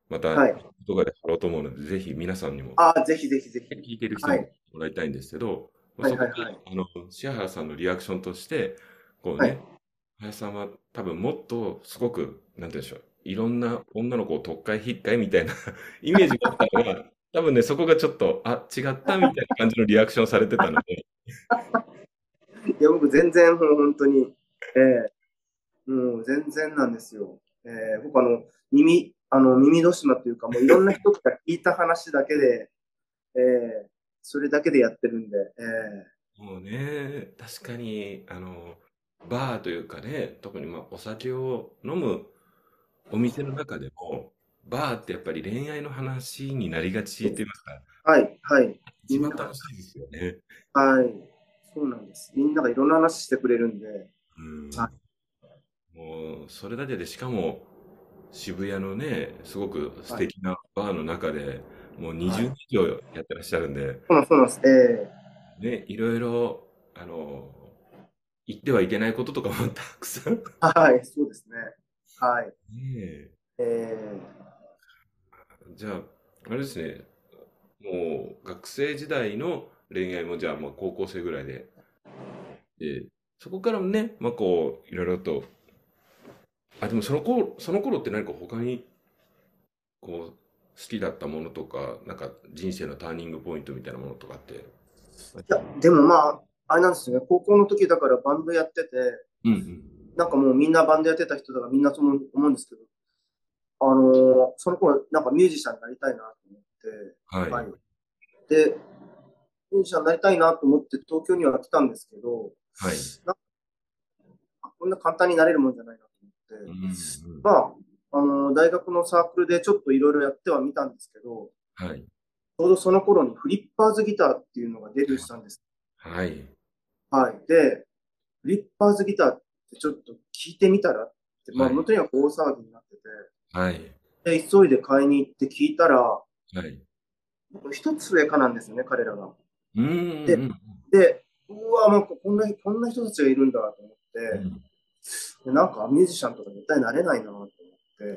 [SPEAKER 2] また
[SPEAKER 3] はい。
[SPEAKER 2] 動画で貼ろうと思うので、ぜひ皆さんにも、
[SPEAKER 3] ああ、ぜひぜひぜひ。
[SPEAKER 2] 聞いてる人にも
[SPEAKER 3] はい。
[SPEAKER 2] もらいたいんですけど、
[SPEAKER 3] はい
[SPEAKER 2] そこで、
[SPEAKER 3] はいはい。
[SPEAKER 2] シ原さんのリアクションとして、こう
[SPEAKER 3] はい。
[SPEAKER 2] ね、林さんは多分もっとすごく、なんて言うんでしょう、いろんな女の子を特会引っかいみたいなイメージがあったのが、多分ね、そこがちょっと、あ、違ったみたいな感じのリアクションされてたので、
[SPEAKER 3] いや、僕全然もう本当に、えもう全然なんですよ。僕耳戸島というか、もういろんな人から聞いた話だけで、それだけでやってるんで、
[SPEAKER 2] もうね、確かに、バーというかね、特にまあお酒を飲むお店の中でも、バーってやっぱり恋愛の話になりがちって言いますか、
[SPEAKER 3] はい、はい。み
[SPEAKER 2] 一番
[SPEAKER 3] んな、
[SPEAKER 2] 楽しいですよね。
[SPEAKER 3] はい。そうなんです。みんながいろんな話してくれるんで、
[SPEAKER 2] う
[SPEAKER 3] は
[SPEAKER 2] ん。もう、それだけで、しかも、渋谷のね、すごく
[SPEAKER 3] い、はい、
[SPEAKER 2] 素敵なバーの中で、もう20
[SPEAKER 3] はい。
[SPEAKER 2] 年以上やってらっしゃるんで、
[SPEAKER 3] そうなんです。
[SPEAKER 2] ね、いろいろ、言ってはいけないこととかもたくさん。
[SPEAKER 3] はい、そうですね。はい。
[SPEAKER 2] ね
[SPEAKER 3] えー、
[SPEAKER 2] え、じゃあ、あれですね、もう学生時代の恋愛もじゃあまあ高校生ぐらいで、そこからもね、まあこう、いろいろと、でもその頃って何か他にこう、好きだったものとか、なんか人生のターニングポイントみたいなものとかって。
[SPEAKER 3] いや、でもまあ、あれなんですよね。高校の時だからバンドやってて、
[SPEAKER 2] うんうん。
[SPEAKER 3] なんかもうみんなバンドやってた人だからみんなそう思うんですけど、その頃なんかミュージシャンになりたいなと思って、はい。
[SPEAKER 2] はい。
[SPEAKER 3] で、ミュージシャンになりたいなと思って東京には来たんですけど、
[SPEAKER 2] はい。
[SPEAKER 3] なんかこんな簡単になれるもんじゃないなと思って、
[SPEAKER 2] うんうん。
[SPEAKER 3] まあ、大学のサークルでちょっといろいろやってはみたんですけど、
[SPEAKER 2] はい。
[SPEAKER 3] ちょうどその頃にフリッパーズギターっていうのがデビューしたんです。
[SPEAKER 2] はい。
[SPEAKER 3] はい。で、フリッパーズギターってちょっと聞いてみたらって、まあ、
[SPEAKER 2] はい。
[SPEAKER 3] もうとにかく大騒ぎになって
[SPEAKER 2] はい。
[SPEAKER 3] て、で、急いで買いに行って聞いたら、
[SPEAKER 2] はい。
[SPEAKER 3] 僕一つ上かなんですよね、彼らが。
[SPEAKER 2] うんうん
[SPEAKER 3] で、
[SPEAKER 2] うん
[SPEAKER 3] うわ、なんかこんな人たちがいるんだと思って、
[SPEAKER 2] うん。
[SPEAKER 3] で、なんかミュージシャンとか絶対なれないなと思って、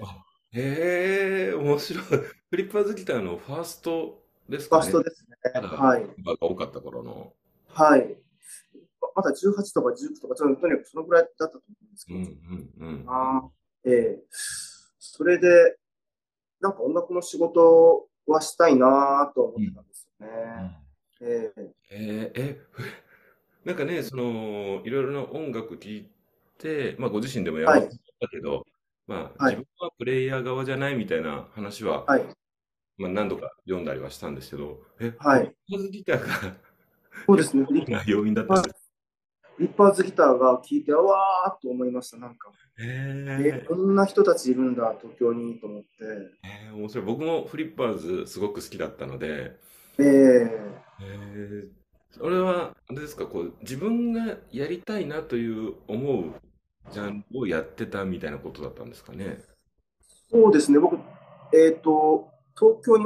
[SPEAKER 2] あ、へえ、面白い。フリッパーズギターのファーストです
[SPEAKER 3] ファ
[SPEAKER 2] かね。
[SPEAKER 3] ーストですね。
[SPEAKER 2] まだ、
[SPEAKER 3] はい。
[SPEAKER 2] バが多かった頃の。
[SPEAKER 3] はい。まだ18とか19とか、とにかくそのぐらいだったと思うんですけど、
[SPEAKER 2] うんうんうんうん。
[SPEAKER 3] あーええそれで、なんか音楽の仕事はしたいなと思ってた
[SPEAKER 2] うん
[SPEAKER 3] んですよね。
[SPEAKER 2] うん
[SPEAKER 3] ええ
[SPEAKER 2] なんかね、いろいろな音楽聴いて、まあ、ご自身でもやろ
[SPEAKER 3] はい、
[SPEAKER 2] うと思ったけど、まあ、
[SPEAKER 3] はい、
[SPEAKER 2] 自分はプレイヤー側じゃないみたいな話は、
[SPEAKER 3] はい、
[SPEAKER 2] まあ、何度か読んだりはしたんですけど、フリッ
[SPEAKER 3] はい。
[SPEAKER 2] パーズギターが結
[SPEAKER 3] そうですね。
[SPEAKER 2] 構大きな要因だったんです。
[SPEAKER 3] フリッパーズギターが聴いて、うわーっと思いました。なんか、
[SPEAKER 2] へえ、
[SPEAKER 3] こんな人たちいるんだ、東京に、と思って。
[SPEAKER 2] 面白い。僕もフリッパーズすごく好きだったので、
[SPEAKER 3] ええ
[SPEAKER 2] それは、あれですか、こう、自分がやりたいなという思うジャンルをやってたみたいなことだったんですかね。
[SPEAKER 3] そうですね。僕、東京に、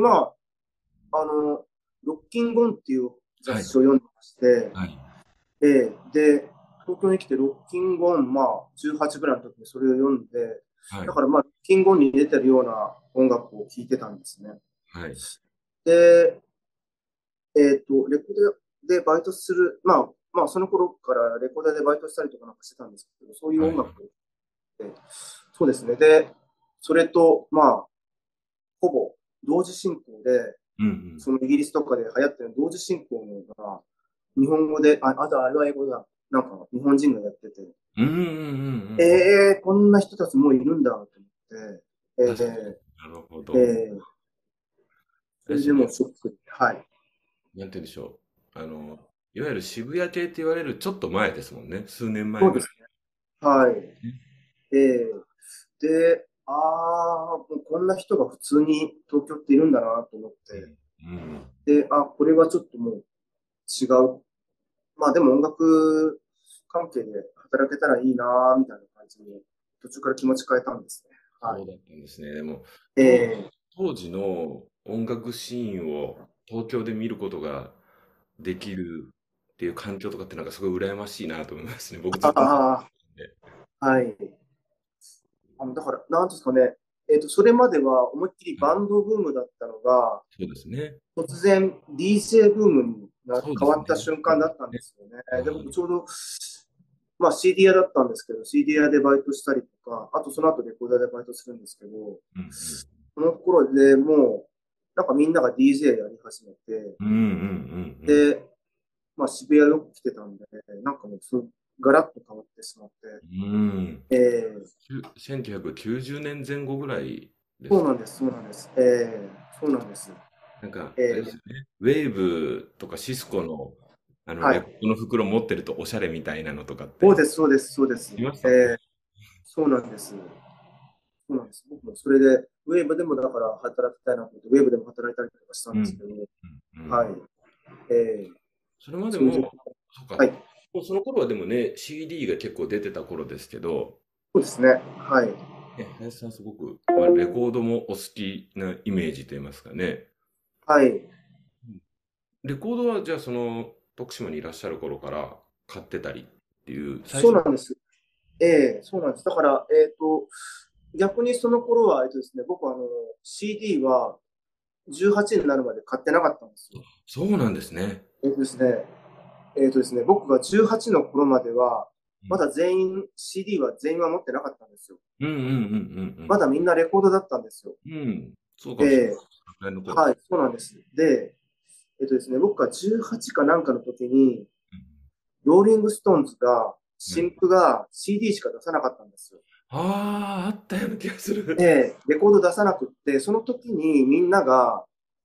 [SPEAKER 3] ロッキンゴンっていう雑
[SPEAKER 2] はい、
[SPEAKER 3] 誌を読んでまして、
[SPEAKER 2] はい、
[SPEAKER 3] で、東京に来てロッキンゴン、まあ、18ぐらいの時にそれを読んで、
[SPEAKER 2] はい、
[SPEAKER 3] だからまあ、ロッキンゴンに出てるような音楽を聴いてたんですね。
[SPEAKER 2] はい。
[SPEAKER 3] で、レコードでバイトする、まあ、その頃からレコードでバイトしたりとかなんかしてたんですけど、そういう
[SPEAKER 2] はい。
[SPEAKER 3] 音楽を、そうですね。で、それと、まあ、ほぼ同時進行で、
[SPEAKER 2] うんうん。
[SPEAKER 3] そのイギリスとかで流行ってる同時進行のが、日本語で、あとあれは英語だ。なんか日本人がやってて、
[SPEAKER 2] うんうんうんうんうん。
[SPEAKER 3] こんな人たちもういるんだと思って、
[SPEAKER 2] 確かに。なるほ
[SPEAKER 3] え
[SPEAKER 2] ど。
[SPEAKER 3] ー、それでもう
[SPEAKER 2] 私ね、
[SPEAKER 3] ショック。はい。
[SPEAKER 2] なんて言うんでしょう。いわゆる渋谷系って言われるちょっと前ですもんね。数年前ぐらい
[SPEAKER 3] そうですね。はい。
[SPEAKER 2] ね。
[SPEAKER 3] で、もうこんな人が普通に東京っているんだなと思っ
[SPEAKER 2] うん。うん。
[SPEAKER 3] て、これはちょっともう違う。まあでも音楽関係で働けたらいいなみたいな感じに途中から気持ち変えたんですね。は
[SPEAKER 2] そうだったんですね。でも、
[SPEAKER 3] い。
[SPEAKER 2] 当時の音楽シーンを東京で見ることができるっていう環境とかってなんかすごい羨ましいなと思いますね。僕ずっと
[SPEAKER 3] あ
[SPEAKER 2] で。
[SPEAKER 3] はい。だから、なんですかね。 それまでは思いっきりバンドブームだったのが、
[SPEAKER 2] そうですね。
[SPEAKER 3] 突然 DJ ブームに
[SPEAKER 2] そうですね。
[SPEAKER 3] 変わった瞬間だったんですよね。で、僕ちょうど、CD 屋だったんですけど、CD 屋でバイトしたりとか、あとその後レコーダーでバイトするんですけど、
[SPEAKER 2] うんうん
[SPEAKER 3] その頃でもう、なんかみんなが DJ やり始めて、
[SPEAKER 2] うんうんうんうん。
[SPEAKER 3] で、渋谷よく来てたんで、なんかもうガラッと変わってしまって、
[SPEAKER 2] うん。
[SPEAKER 3] えー
[SPEAKER 2] 1990年前後ぐらいですか。
[SPEAKER 3] そうなんです、そうなんです。そうなんです。
[SPEAKER 2] なんか、あれ
[SPEAKER 3] えー
[SPEAKER 2] ですよね。ウェーブとかシスコの、レコー
[SPEAKER 3] はい。
[SPEAKER 2] ドの袋持ってるとおしゃれみたいなのとかって
[SPEAKER 3] そうです、そうです、そうです。
[SPEAKER 2] いましたもんね。
[SPEAKER 3] そうなんです。そうなんです。僕もそれで、ウェーブでもだから働きたいなと思って、ウェーブでも働いたりとかしたん
[SPEAKER 2] うん。
[SPEAKER 3] ですけど、
[SPEAKER 2] うん。う
[SPEAKER 3] はい。
[SPEAKER 2] ん。
[SPEAKER 3] えー
[SPEAKER 2] それまで
[SPEAKER 3] そういう状況。
[SPEAKER 2] も、そうか。
[SPEAKER 3] はい。
[SPEAKER 2] もうその頃はでもね、CD が結構出てた頃ですけど、
[SPEAKER 3] そうですね。はい。
[SPEAKER 2] 林さんすごく、レコードもお好きなイメージと言いますかね。
[SPEAKER 3] はい。
[SPEAKER 2] うんレコードはじゃあ徳島にいらっしゃる頃から買ってたりっていう、最初、
[SPEAKER 3] そうなんです。そうなんです。だから、逆にその頃は、ですね、僕はCD は18になるまで買ってなかったんですよ。
[SPEAKER 2] そうなんですね。
[SPEAKER 3] ですね、ですね、僕が18の頃までは、まだ全員、CD は全員は持ってなかったんですよ。
[SPEAKER 2] うんうんうんうん
[SPEAKER 3] まだみんなレコードだったんですよ。
[SPEAKER 2] うんうん。うん、そうかもしれない。
[SPEAKER 3] え
[SPEAKER 2] ぐらいの頃。
[SPEAKER 3] はい、そうなんです。で、ですね、僕が18かなんかの時に、ローリングストーンズが、
[SPEAKER 2] うん。
[SPEAKER 3] 新譜が CD しか出さなかったんですよ。
[SPEAKER 2] ああ、あったような気がする。
[SPEAKER 3] で、レコード出さなくって、その時にみんなが、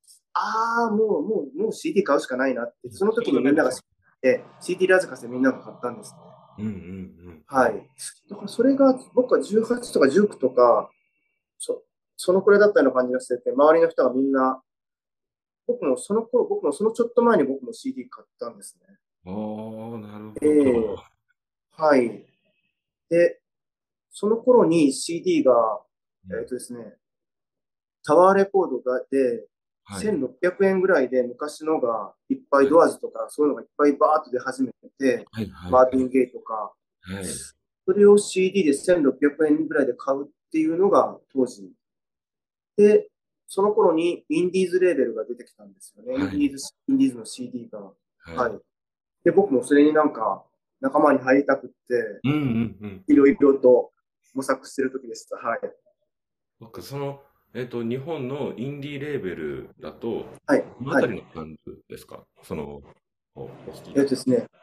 [SPEAKER 3] もう CD 買うしかないなって、その
[SPEAKER 2] しょう
[SPEAKER 3] 時にみんなが、
[SPEAKER 2] がないですよ。
[SPEAKER 3] CD ラジカセみんなが買ったんですね。
[SPEAKER 2] うんうんうんうん。
[SPEAKER 3] はい。だからそれが、僕は18とか19とか、そ、そのくらいだったような感じがしてて、周りの人がみんな、僕もそのちょっと前に僕も CD 買ったんですね。
[SPEAKER 2] ああ、なる
[SPEAKER 3] え
[SPEAKER 2] ほど。
[SPEAKER 3] えはい。で、その頃に CD が、
[SPEAKER 2] うん。
[SPEAKER 3] ですね、タワーレコードで、
[SPEAKER 2] はい。
[SPEAKER 3] 1600円ぐらいで昔のがいっぱい
[SPEAKER 2] はい。
[SPEAKER 3] ドアーズとかそういうのがいっぱいバーッと出始めて、
[SPEAKER 2] はいはいはい。
[SPEAKER 3] マーヴィン・ゲイとか、
[SPEAKER 2] はい。
[SPEAKER 3] それを CD で1600円ぐらいで買うっていうのが当時。で、その頃にインディーズレーベルが出てきたんですよね。
[SPEAKER 2] はい。
[SPEAKER 3] インディーズの CD が。
[SPEAKER 2] はい。
[SPEAKER 3] はい。で、僕もそれになんか仲間に入りたくって、
[SPEAKER 2] うんうんうんうん。
[SPEAKER 3] いろいろと模索してる時でした。はい。
[SPEAKER 2] 僕、日本のインディーレーベルだと、
[SPEAKER 3] はい。
[SPEAKER 2] どのあ
[SPEAKER 3] はい。
[SPEAKER 2] たりのジャンルですか？お好きな。
[SPEAKER 3] ですね。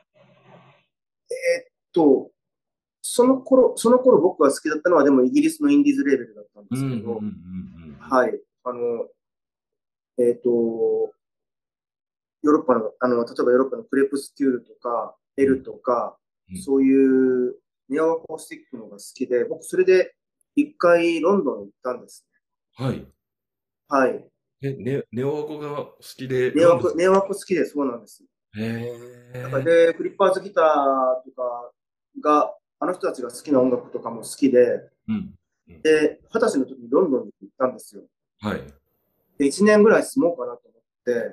[SPEAKER 3] と、その頃僕が好きだったのはでもイギリスのインディーズレーベルだったんで
[SPEAKER 2] うんうんうんうん
[SPEAKER 3] すけど、
[SPEAKER 2] うん
[SPEAKER 3] はい。えっと、ヨーロッパの、例えばヨーロッパのクレプスキュールとか、エ
[SPEAKER 2] うん。
[SPEAKER 3] ルとか、
[SPEAKER 2] うん。
[SPEAKER 3] そういうネオアコースティックのが好きで、僕それで一回ロンドンに行ったんですね。
[SPEAKER 2] はい。
[SPEAKER 3] はい。
[SPEAKER 2] ネオワコが好きで、ロンドン。
[SPEAKER 3] ネオアコ好きでそうなんです。
[SPEAKER 2] へ
[SPEAKER 3] だから
[SPEAKER 2] え。
[SPEAKER 3] で、フリッパーズギターとかが、あの人たちが好きな音楽とかも好きで、
[SPEAKER 2] うん。うん。
[SPEAKER 3] で、二十歳の時にロンドンに行ったんですよ。
[SPEAKER 2] はい。
[SPEAKER 3] で、一年ぐらい住もうかなと思って、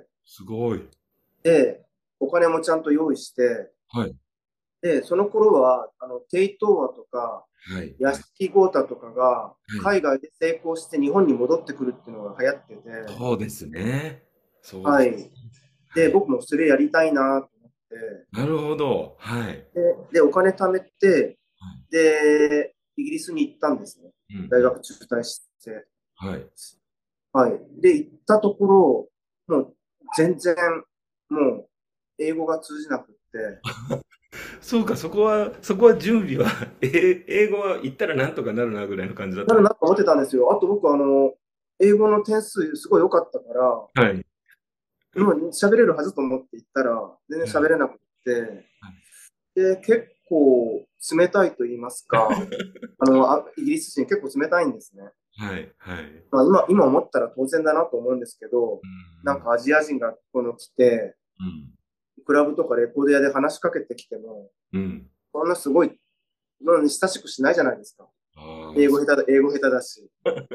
[SPEAKER 2] すごい。
[SPEAKER 3] で、お金もちゃんと用意して、
[SPEAKER 2] はい。
[SPEAKER 3] で、その頃は、テイトーアとか、
[SPEAKER 2] はい。はい。
[SPEAKER 3] 屋敷豪太とかが、
[SPEAKER 2] はい。
[SPEAKER 3] 海外で成功して日本に戻ってくるっていうのが流行ってて、
[SPEAKER 2] そうですね。そうです。
[SPEAKER 3] はい。で、
[SPEAKER 2] はい。
[SPEAKER 3] 僕もそれやりたいなと思って、
[SPEAKER 2] なるほど。はい。
[SPEAKER 3] お金貯めて、
[SPEAKER 2] はい。
[SPEAKER 3] で、イギリスに行ったんですね。
[SPEAKER 2] うんうん。
[SPEAKER 3] 大学中退して。
[SPEAKER 2] はい。
[SPEAKER 3] はい。で、行ったところ、もう全然、もう英語が通じなくって、
[SPEAKER 2] そうか、そこは準備は、英語は言ったらなんとかなるなぐらいの感じだったんです。
[SPEAKER 3] なるなと思ってたんですよ。あと僕、英語の点数すごい良かったから、
[SPEAKER 2] はい。
[SPEAKER 3] もう喋れるはずと思って行ったら、全然
[SPEAKER 2] はい。
[SPEAKER 3] 喋れなくって、
[SPEAKER 2] はい。
[SPEAKER 3] で、結構冷たいと言いますか、イギリス人結構冷たいんですね。
[SPEAKER 2] はい。はい。
[SPEAKER 3] 今思ったら当然だなと思うんですけど、なん
[SPEAKER 2] うん
[SPEAKER 3] かアジア人がこの来て、
[SPEAKER 2] うん。
[SPEAKER 3] クラブとかレコード屋で話しかけてきても、
[SPEAKER 2] うん。うん。
[SPEAKER 3] そんなすごい、親しくしないじゃないですか。
[SPEAKER 2] ああ、
[SPEAKER 3] 英語下手だし。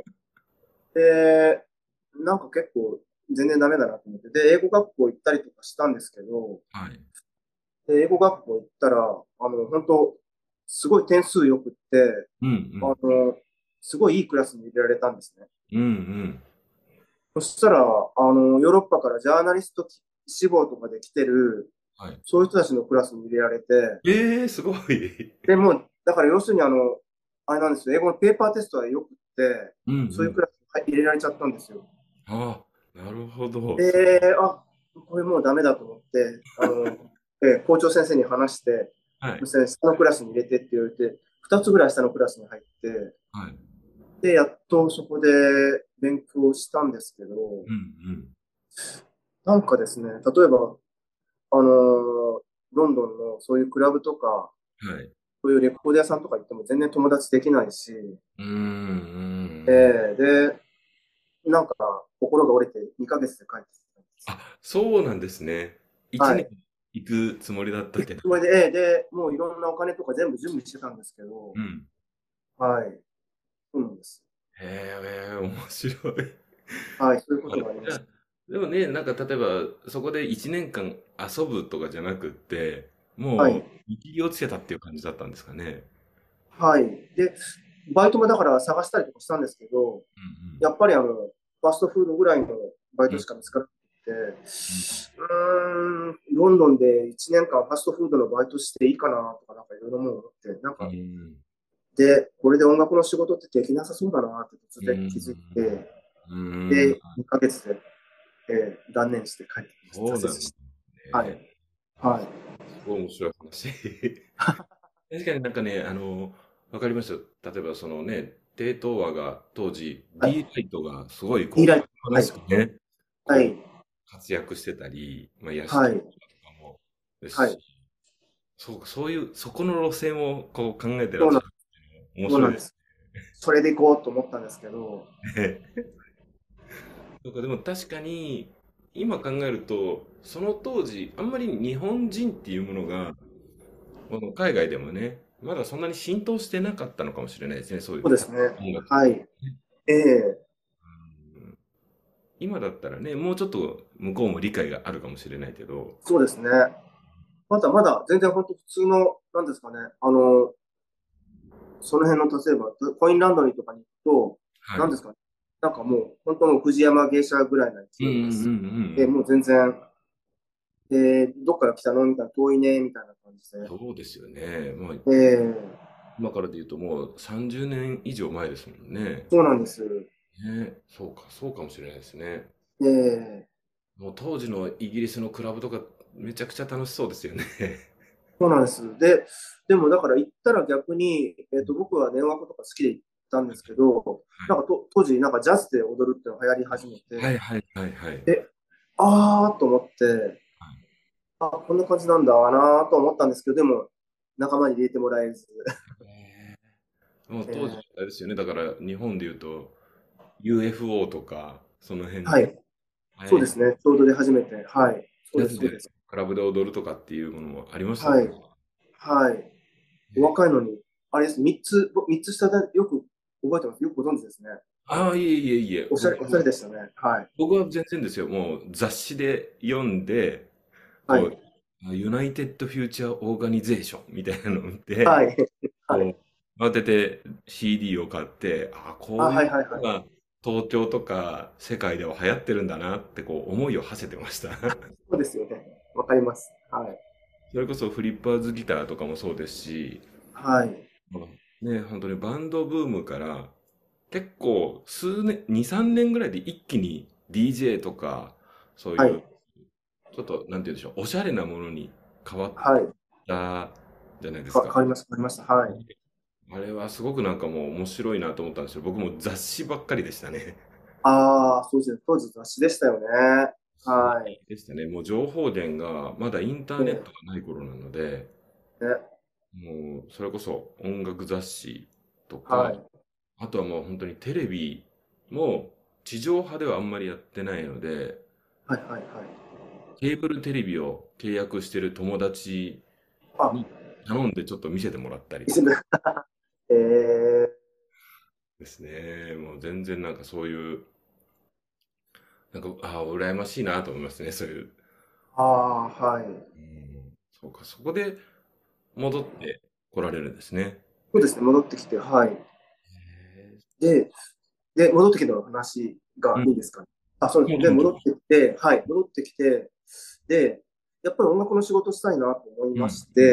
[SPEAKER 3] で、なんか結構全然ダメだなと思って。で、英語学校行ったりとかしたんですけど、
[SPEAKER 2] はい。
[SPEAKER 3] で英語学校行ったら、本当すごい点数良くって、
[SPEAKER 2] うんう
[SPEAKER 3] あ
[SPEAKER 2] ん。
[SPEAKER 3] の、 すごいいいクラスに入れられたんですね。
[SPEAKER 2] うんうん。
[SPEAKER 3] そしたら、ヨーロッパからジャーナリスト志望とかで来てる、
[SPEAKER 2] はい。
[SPEAKER 3] そういう人たちのクラスに入れられて、
[SPEAKER 2] すごい。
[SPEAKER 3] で、もう、だから要するにあれなんですよ、英語のペーパーテストはよくって、
[SPEAKER 2] うんうん。
[SPEAKER 3] そういうクラスに入れられちゃったんですよ。
[SPEAKER 2] ああ、なるほど。
[SPEAKER 3] で、これもうダメだと思って、校長先生に話して、
[SPEAKER 2] はい。
[SPEAKER 3] 下のクラスに入れてって言われて、2つぐらい下のクラスに入って、
[SPEAKER 2] はい。
[SPEAKER 3] で、やっとそこで勉強したんですけど、
[SPEAKER 2] うん
[SPEAKER 3] なんかですね、例えば、あのロンドンのそういうクラブとか、
[SPEAKER 2] うん。はい。
[SPEAKER 3] そういうレコード屋さんとか行っても全然友達できないし、
[SPEAKER 2] うんうんうん。
[SPEAKER 3] で、なんか心が折れて2ヶ月で帰ってきたんです。
[SPEAKER 2] あ、そうなんですね。1年
[SPEAKER 3] はい。
[SPEAKER 2] 行くつもりだったけど。
[SPEAKER 3] それで、もういろんなお金とか全部準備してたんですけど、
[SPEAKER 2] うん。
[SPEAKER 3] はい。そうなんです。
[SPEAKER 2] へえ、面白い。
[SPEAKER 3] はい、そういうこ
[SPEAKER 2] あ
[SPEAKER 3] とがありま
[SPEAKER 2] じゃあ
[SPEAKER 3] した。
[SPEAKER 2] でもね、なんか例えば、そこで1年間遊ぶとかじゃなくって、もう、
[SPEAKER 3] はい。
[SPEAKER 2] 見切りをつけたっていう感じだったんですかね。
[SPEAKER 3] はい。で、バイトもだから探したりとかしたんですけど、
[SPEAKER 2] うん
[SPEAKER 3] やっぱりファストフードぐらいのバイ
[SPEAKER 2] うん。うん
[SPEAKER 3] トしか見つからなくて、
[SPEAKER 2] うん。
[SPEAKER 3] ロンドンで1年間ファストフードのバイトしていいかなとかなんかいろいろ思って、
[SPEAKER 2] うん。
[SPEAKER 3] で、これで音楽の仕事ってできなさそうだなって突
[SPEAKER 2] う
[SPEAKER 3] 然気づい
[SPEAKER 2] ん。
[SPEAKER 3] て、
[SPEAKER 2] うん。
[SPEAKER 3] で、2ヶ月で、断念して帰ってきました。
[SPEAKER 2] そうなんです
[SPEAKER 3] 挫折して。はい。
[SPEAKER 2] ね。
[SPEAKER 3] はい。
[SPEAKER 2] すごい面白い話。確かになんかね、わかりますよ。例えばそのね、低等話が当時、
[SPEAKER 3] はい。
[SPEAKER 2] D ライトがすごいこう、
[SPEAKER 3] いいライ
[SPEAKER 2] 華
[SPEAKER 3] はい。
[SPEAKER 2] しくね、こう、
[SPEAKER 3] はい。
[SPEAKER 2] 活躍してたり、まあ、屋敷と
[SPEAKER 3] はい。
[SPEAKER 2] かもですし、
[SPEAKER 3] はい。
[SPEAKER 2] そうか、そういう、そこの路線をこう考えてらっ
[SPEAKER 3] そうなん、
[SPEAKER 2] しゃるっていうのは面白いです
[SPEAKER 3] そうなんです。それで行こうと思ったんですけど、
[SPEAKER 2] ね。そうか、でも確かに、今考えると、その当時、あんまり日本人っていうものが、海外でもね、まだそんなに浸透してなかったのかもしれないですね、そういう
[SPEAKER 3] そうですね。
[SPEAKER 2] 音楽とか。
[SPEAKER 3] はい。ええ、
[SPEAKER 2] うん今だったらね、もうちょっと向こうも理解があるかもしれないけど、
[SPEAKER 3] そうですね。まだまだ全然本当普通の、なんですかね。その辺の、例えば、コインランドリーとかに行くと、
[SPEAKER 2] はい。
[SPEAKER 3] なんですかね。なんかもう、本当の藤山芸者ぐらいの
[SPEAKER 2] うんうんうんう
[SPEAKER 3] 勢いです。
[SPEAKER 2] ん。
[SPEAKER 3] もう全然、どっから来たのみたいな、遠いね、みたいな感じで。
[SPEAKER 2] そうですよね。まあ、
[SPEAKER 3] ええ、
[SPEAKER 2] 今からで言うともう30年以上前ですもんね。
[SPEAKER 3] そうなんです。
[SPEAKER 2] ね、そうか、そうかもしれないですね。
[SPEAKER 3] ええ、
[SPEAKER 2] もう当時のイギリスのクラブとかめちゃくちゃ楽しそうですよね。
[SPEAKER 3] そうなんです。でもだから行ったら逆に、僕はネオワコとか好きで行ったんですけど、
[SPEAKER 2] はい。
[SPEAKER 3] なんか当時なんかジャズで踊るっていうのが流行り始めて、
[SPEAKER 2] はいはいはいはい。
[SPEAKER 3] で、と思って、こんな感じなんだなと思ったんですけど、でも仲間に入れてもらえず、
[SPEAKER 2] もう当時、
[SPEAKER 3] えー
[SPEAKER 2] あれですよね。だから日本で言うと UFO とか、その辺のね、
[SPEAKER 3] はい、
[SPEAKER 2] 流行り、
[SPEAKER 3] そうですね、ちょうどで初めて、はい、そうです、
[SPEAKER 2] ジャズで
[SPEAKER 3] そうです。
[SPEAKER 2] クラブで踊るとかっていうものもありましたもんね。
[SPEAKER 3] はい、はい。お若いのに、あれです、三つ下でよく覚えてます。よくご存知ですね。
[SPEAKER 2] ああ、いえいえいえ、
[SPEAKER 3] おしゃれでしたね。はい。
[SPEAKER 2] 僕は全然ですよ。もう雑誌で読んで、こ
[SPEAKER 3] はい。
[SPEAKER 2] う、ユナイテッド・フューチャー・オーガニゼーションみたいなので、
[SPEAKER 3] はい。はい。
[SPEAKER 2] こう、慌てて CD を買って、こうい
[SPEAKER 3] はい
[SPEAKER 2] う
[SPEAKER 3] はいはい。
[SPEAKER 2] のが東京とか世界では流行ってるんだなってこう思いを馳せてました。
[SPEAKER 3] そうですよね。わかります。はい。
[SPEAKER 2] それこそフリッパーズギターとかもそうですし、
[SPEAKER 3] はい。
[SPEAKER 2] まあね、本当にバンドブームから結構数年、2、3年ぐらいで一気に DJ とか、そういう
[SPEAKER 3] はい。
[SPEAKER 2] ちょっと、なんて言うんでしょう、おしゃれなものに変わっ
[SPEAKER 3] はい。
[SPEAKER 2] たじゃないですか。
[SPEAKER 3] 変わりました。変わりました。はい。
[SPEAKER 2] あれはすごくなんかもう面白いなと思ったんですよ。僕も雑誌ばっかりでしたね。
[SPEAKER 3] そうですね。当時雑誌でしたよね。
[SPEAKER 2] 雑
[SPEAKER 3] はい。
[SPEAKER 2] 誌でしたね。もう情報源がまだインターネット
[SPEAKER 3] え
[SPEAKER 2] がない頃なので、
[SPEAKER 3] ね。
[SPEAKER 2] もうそれこそ音楽雑誌とか、
[SPEAKER 3] はい。
[SPEAKER 2] あとはもう本当にテレビも地上波ではあんまりやってないので、
[SPEAKER 3] はいはいはい。
[SPEAKER 2] ケーブルテレビを契約してる友達
[SPEAKER 3] あ、
[SPEAKER 2] に頼んでちょっと見せてもらったりと
[SPEAKER 3] 一部。
[SPEAKER 2] か
[SPEAKER 3] えー、
[SPEAKER 2] ですね。もう全然なんかそういう、なんか、羨ましいなと思いますね。そういう。
[SPEAKER 3] はい。
[SPEAKER 2] うん、そうか、そこで戻って来られるんですね。
[SPEAKER 3] そうですね。戻ってきて、はい。
[SPEAKER 2] へえ。
[SPEAKER 3] で、戻ってきての話
[SPEAKER 2] うん。
[SPEAKER 3] がいいですかね。あ、そうです。で、
[SPEAKER 2] もちろん、もちろん。
[SPEAKER 3] 戻ってきて、はい、戻ってきて、で、やっぱり音楽の仕事したいなと思いま
[SPEAKER 2] うん。うん。
[SPEAKER 3] して、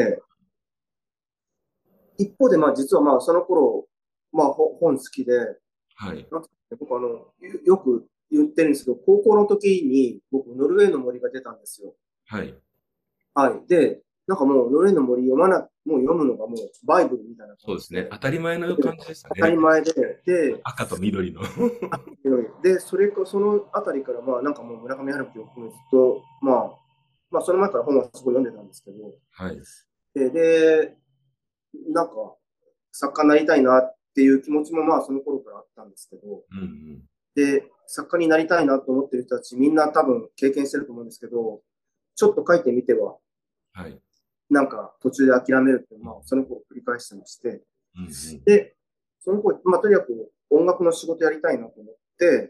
[SPEAKER 3] 一方で、実はその頃、本好きで、
[SPEAKER 2] はい。
[SPEAKER 3] なんかね僕よく言ってるんですけど、高校の時に僕、ノルウェーの森が出たんですよ。
[SPEAKER 2] はい。
[SPEAKER 3] はい。で、なんかもう、ノルウェーの森もう読むのがもう、バイブルみたいな感
[SPEAKER 2] そうですね。
[SPEAKER 3] じで、
[SPEAKER 2] 当たり前の
[SPEAKER 3] で
[SPEAKER 2] 感じでした
[SPEAKER 3] 当たり
[SPEAKER 2] ね。
[SPEAKER 3] 前で、で、
[SPEAKER 2] 赤と緑の。
[SPEAKER 3] そのあたりから、なんかもう村上春樹を含めずっと、その前から本はすごい読んでたんですけど、
[SPEAKER 2] はい。
[SPEAKER 3] で、なんか、作家になりたいなっていう気持ちもその頃からあったんですけど、
[SPEAKER 2] うんうん。
[SPEAKER 3] で、作家になりたいなと思ってる人たちみんな多分経験してると思うんですけど、ちょっと書いてみては、
[SPEAKER 2] はい。
[SPEAKER 3] なんか途中で諦めるっていうのは、
[SPEAKER 2] うん
[SPEAKER 3] その頃繰り返してまして、
[SPEAKER 2] うんうん。
[SPEAKER 3] で、その頃、とにかく音楽の仕事やりたいなと思って、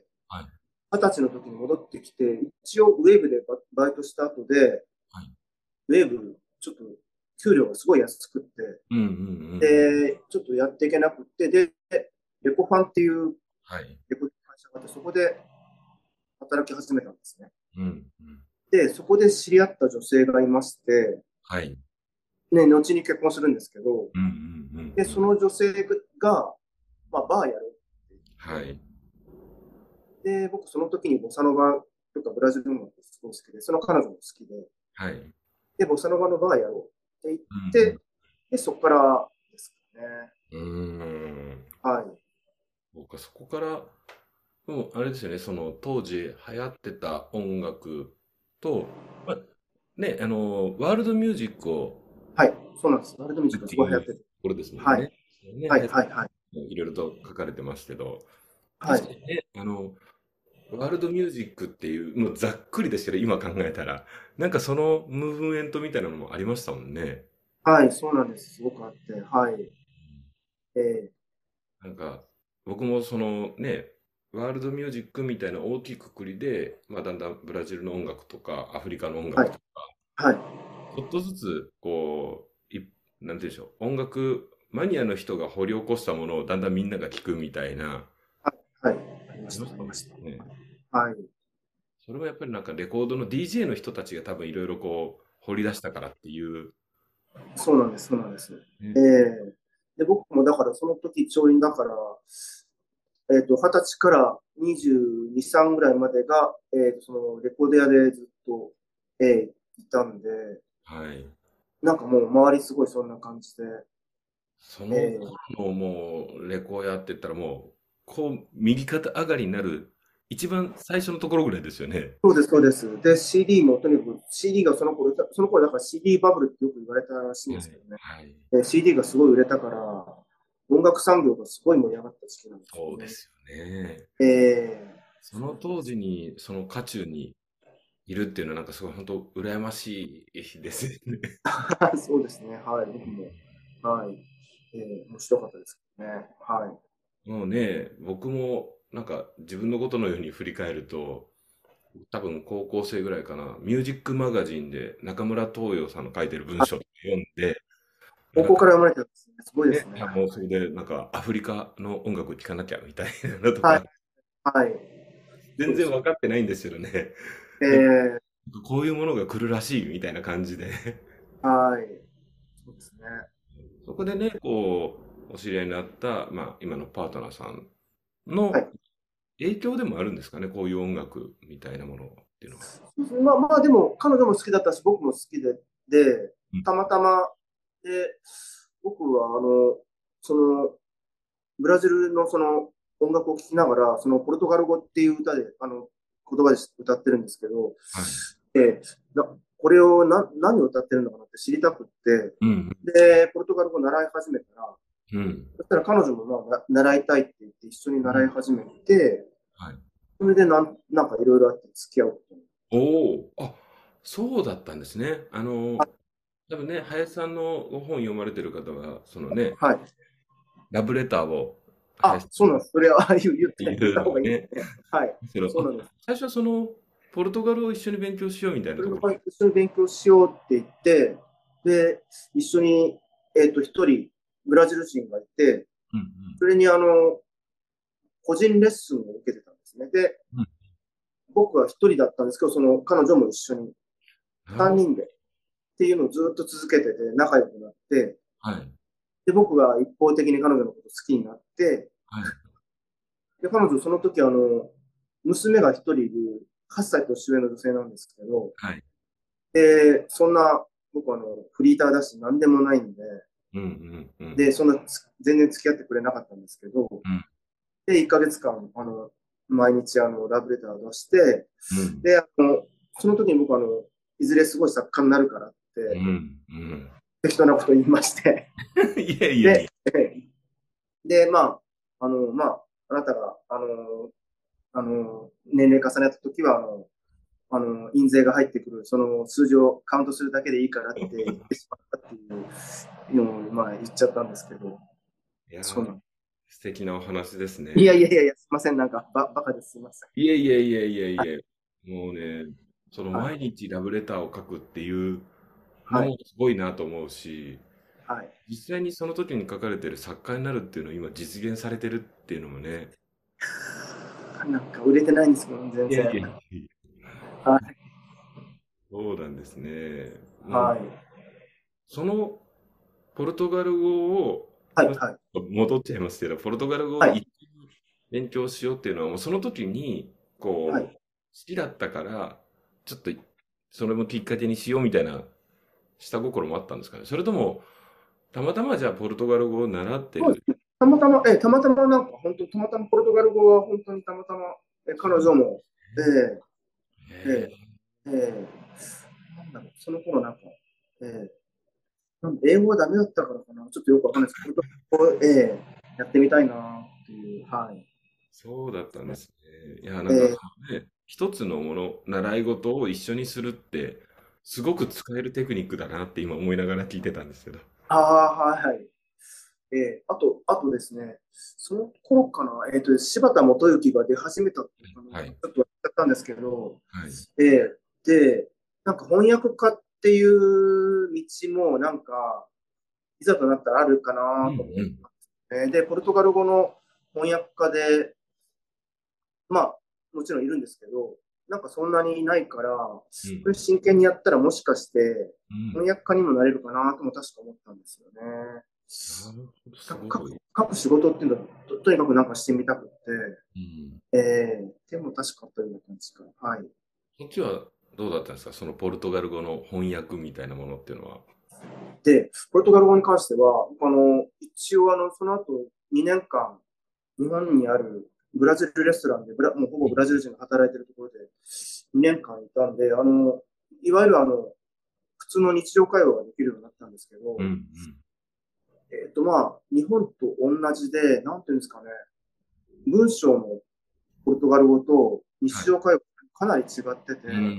[SPEAKER 2] はい。
[SPEAKER 3] 20歳の時に戻ってきて、一応ウェーブでバイトした後で、
[SPEAKER 2] はい。
[SPEAKER 3] ウェーブ、ちょっと給料がすごい安くって、
[SPEAKER 2] うんうんうんうん。
[SPEAKER 3] で、ちょっとやっていけなくって、で、レコファンっていう
[SPEAKER 2] はい。
[SPEAKER 3] レコ会社があって、そこで働き始めたんですね。
[SPEAKER 2] うんうん。
[SPEAKER 3] で、そこで知り合った女性がいまして、
[SPEAKER 2] はい。
[SPEAKER 3] ね、後に結婚するんですけど、
[SPEAKER 2] うんうんうん
[SPEAKER 3] で、
[SPEAKER 2] うん。
[SPEAKER 3] その女性が、バーやろうって言って、
[SPEAKER 2] はい。
[SPEAKER 3] で、僕その時にボサノバとかブラジル音楽すごい好きで、その彼女も好きで、
[SPEAKER 2] はい。
[SPEAKER 3] で、ボサノバのバーやろうって言っ
[SPEAKER 2] うん
[SPEAKER 3] て、で、そこからですかね。
[SPEAKER 2] うん。うーん。
[SPEAKER 3] はい。
[SPEAKER 2] そうか、そこから、もうあれですよね、その当時流行ってた音楽と、まあ、ね、ワールドミュージックを
[SPEAKER 3] はい。そうなんです。ワールドミュージックが
[SPEAKER 2] っていうと
[SPEAKER 3] すごい流行ってて。
[SPEAKER 2] ころですもん
[SPEAKER 3] はい。
[SPEAKER 2] ね。ね、
[SPEAKER 3] はい。はい。はい。
[SPEAKER 2] いろいろと書かれてますけど、
[SPEAKER 3] はい。
[SPEAKER 2] 確かにね、ワールドミュージックっていう、もうざっくりですけど、今考えたら、なんかそのムーブメントみたいなのもありましたもんね。
[SPEAKER 3] はい。そうなんです。すごくあって。はい。え
[SPEAKER 2] なんか、僕もそのね、ワールドミュージックみたいな大きいくくりで、まあ、だんだんブラジルの音楽とか、アフリカの音
[SPEAKER 3] はい。
[SPEAKER 2] 楽とか、
[SPEAKER 3] はい。
[SPEAKER 2] ちょっとずつ、こう、なんていうんでしょう、音楽マニアの人が掘り起こしたものをだんだんみんなが聞くみたいな、
[SPEAKER 3] はい。はい。ありました。
[SPEAKER 2] ありましたもん
[SPEAKER 3] ありました。
[SPEAKER 2] ね。
[SPEAKER 3] はい。
[SPEAKER 2] それはやっぱりなんかレコードの DJ の人たちが多分いろいろこう、掘り出したからっていう。
[SPEAKER 3] そうなんです。そうなんです。
[SPEAKER 2] ね。
[SPEAKER 3] で、僕もだからその時、ちょうどだから、20歳から22、3ぐらいまでが、そのレコード屋でずっと、いたんで、
[SPEAKER 2] はい。
[SPEAKER 3] なんかもう周りすごいそんな感じで、
[SPEAKER 2] その
[SPEAKER 3] え
[SPEAKER 2] 頃のもうレコヤって言ったらもう、こう、右肩上がりになる、一番最初のところぐらいですよね。
[SPEAKER 3] そうです、そうです。で、CD もとにかく CD がその頃だから CD バブルってよく言われたらしいん
[SPEAKER 2] はい。
[SPEAKER 3] ですけどね。
[SPEAKER 2] はい。
[SPEAKER 3] CD がすごい売れたから、音楽産業がすごい盛り上がった時期なんですよね。
[SPEAKER 2] そうですよね。その当
[SPEAKER 3] そうなんです。
[SPEAKER 2] 時に、その渦中にいるっていうのはなんかすごい本当羨ましいですよね。
[SPEAKER 3] そうですね。はい。僕も、はい。面白かったですね。はい。
[SPEAKER 2] もうね、僕もなんか自分のことのように振り返ると、多分高校生ぐらいかな、ミュージックマガジンで中村東洋さんの書いてる文章を読んで、なんか
[SPEAKER 3] 高校から生まれたんですね。すごいです
[SPEAKER 2] ね、
[SPEAKER 3] ね。
[SPEAKER 2] もうそれでなんかアフリカの音楽聴かなきゃみたいなのと
[SPEAKER 3] はい。
[SPEAKER 2] か、
[SPEAKER 3] はい。そうですよ。
[SPEAKER 2] 全然分かってないんですけどね。なんか
[SPEAKER 3] え
[SPEAKER 2] こういうものが来るらしいみたいな感じで。
[SPEAKER 3] はい。そうですね。
[SPEAKER 2] そこでね、こう、お知り合いになった、まあ、今のパートナーさんの
[SPEAKER 3] はい。
[SPEAKER 2] 影響でもあるんですかね、こういう音楽みたいなものっていうのは。
[SPEAKER 3] でも、彼女も好きだったし、僕も好きで、
[SPEAKER 2] うん。
[SPEAKER 3] たまたま、で、僕は、その、ブラジルのその音楽を聴きながら、そのポルトガル語っていう歌で、言葉で歌ってるんですけど、
[SPEAKER 2] はい。
[SPEAKER 3] で、これを何を歌ってるのかなって知りたくって、
[SPEAKER 2] うん、
[SPEAKER 3] で、ポルトガル語を習い始めたら、
[SPEAKER 2] うん、
[SPEAKER 3] そしたら彼女も習いたいって言って一緒に習い
[SPEAKER 2] うん。
[SPEAKER 3] 始めて、
[SPEAKER 2] はい。
[SPEAKER 3] それでなんかいろいろあって付き合うことに。
[SPEAKER 2] おお、あ、そうだったんですね。多分ね、林さんのご本読まれてる方は、そのね、
[SPEAKER 3] はい。
[SPEAKER 2] ラブレターを林さんに
[SPEAKER 3] そうなんです。それは言った方
[SPEAKER 2] 言うね。
[SPEAKER 3] がいいですね。はい。
[SPEAKER 2] けど、あ、
[SPEAKER 3] そうなんです。
[SPEAKER 2] 最初はその、ポルトガルを一緒に勉強しようみたいな
[SPEAKER 3] それ
[SPEAKER 2] ところ。
[SPEAKER 3] から一緒に勉強しようって言って、で、一緒に、一人、ブラジル人がいて、
[SPEAKER 2] うん、
[SPEAKER 3] それに個人レッスンを受けてたんですね。で、
[SPEAKER 2] うん。
[SPEAKER 3] 僕は一人だったんですけど、その彼女も一緒に3人でっていうのをずっと続けてて仲良くなって、
[SPEAKER 2] はい。
[SPEAKER 3] で、僕が一方的に彼女のこと好きになって、
[SPEAKER 2] はい。
[SPEAKER 3] で、彼女その時娘が一人いる8歳年上の女性なんですけど、
[SPEAKER 2] はい。
[SPEAKER 3] で、そんな僕フリーターだし何でもないんで、
[SPEAKER 2] うんうんうん。
[SPEAKER 3] で、そんな全然付き合ってくれなかったんですけど、
[SPEAKER 2] うん
[SPEAKER 3] で、1ヶ月間、毎日ラブレターを出して、
[SPEAKER 2] うん
[SPEAKER 3] で、その時に僕いずれすごい作家になるからって、
[SPEAKER 2] うんうん。
[SPEAKER 3] 適当なこと言いまして、
[SPEAKER 2] いやいやいや。
[SPEAKER 3] で、で、あなたが、年齢重ねた時は、印税が入ってくる、その数字をカウントするだけでいいからって言ってしまったっていうのを、言っちゃったんですけど、
[SPEAKER 2] いやー、
[SPEAKER 3] そうなん
[SPEAKER 2] 素敵なお話です
[SPEAKER 3] いや
[SPEAKER 2] ね。
[SPEAKER 3] いやいやいや、すいません、バカです、すいません。
[SPEAKER 2] いやいやいやいやいや。もうね、その
[SPEAKER 3] はい、
[SPEAKER 2] 毎日ラブレターを書くっていうの
[SPEAKER 3] はい、
[SPEAKER 2] もすごいなと思うし、
[SPEAKER 3] はい。
[SPEAKER 2] 実際にその時に書かれてる作家になるっていうのを今実現されてるっていうのもね。
[SPEAKER 3] なんか売れてないんですけど、全然。
[SPEAKER 2] いやいやいや。
[SPEAKER 3] はい、
[SPEAKER 2] そうなんですね。もう、
[SPEAKER 3] はい、
[SPEAKER 2] そのポルトガル語を、
[SPEAKER 3] はい、
[SPEAKER 2] ま
[SPEAKER 3] はい、
[SPEAKER 2] 戻っちゃいますけど、ポルトガル語を
[SPEAKER 3] はい、
[SPEAKER 2] 一気に勉強しようっていうのは、もうその時に、
[SPEAKER 3] はい。
[SPEAKER 2] 好きだったから、ちょっと、それもきっかけにしようみたいな下心もあったんですかね。それとも、たまたまじゃあポルトガル語を習ってる。
[SPEAKER 3] そうですね。たまたま本当、たまたまポルトガル語は本当にたまたま、彼女も、え
[SPEAKER 2] へ
[SPEAKER 3] えええなんだろう、その頃え英語はダメだったからかな、ちょっとよくわかんないですけど、やってみたいなっていう、はい。
[SPEAKER 2] そうだったんですね。いや、なんか、
[SPEAKER 3] ええ
[SPEAKER 2] ね、一つのもの、習い事を一緒にするって、すごく使えるテクニックだなって今思いながら聞いてたんですけど。
[SPEAKER 3] はいはい。あとですね、その頃かな、柴田元幸が出始めたっていうかな、
[SPEAKER 2] はい。
[SPEAKER 3] ちょっと忘れちゃったんですけど、
[SPEAKER 2] はい。
[SPEAKER 3] えーで、なんか翻訳家っていう道も、いざとなったらあるか
[SPEAKER 2] うん
[SPEAKER 3] なと思っ
[SPEAKER 2] うん。
[SPEAKER 3] て、で、ポルトガル語の翻訳家で、まあ、もちろんいるんですけど、なんかそんなにいないから、こ
[SPEAKER 2] うん。
[SPEAKER 3] れ真剣にやったらもしかして
[SPEAKER 2] うん。
[SPEAKER 3] 翻訳家にもなれるかなとも確か思ったんですよね。
[SPEAKER 2] なるほど、すごい。
[SPEAKER 3] 書く仕事っていうのはとにかくなんかしてみたく
[SPEAKER 2] うん。
[SPEAKER 3] て、でも確かあったような感じか。はい。
[SPEAKER 2] そっちはどうだったんですか？そのポルトガル語の翻訳みたいなものっていうのは。
[SPEAKER 3] で、ポルトガル語に関しては、一応その後2年間、日本にあるブラジルレストランでもうほぼブラジル人が働いてるところで2年間いたんで、いわゆる普通の日常会話ができるようになったんですけど、
[SPEAKER 2] うんうん。
[SPEAKER 3] 日本と同じで、なんていうんですかね、文章のポルトガル語と日
[SPEAKER 2] はい。
[SPEAKER 3] 常会話がかなり違ってて、
[SPEAKER 2] うんうん。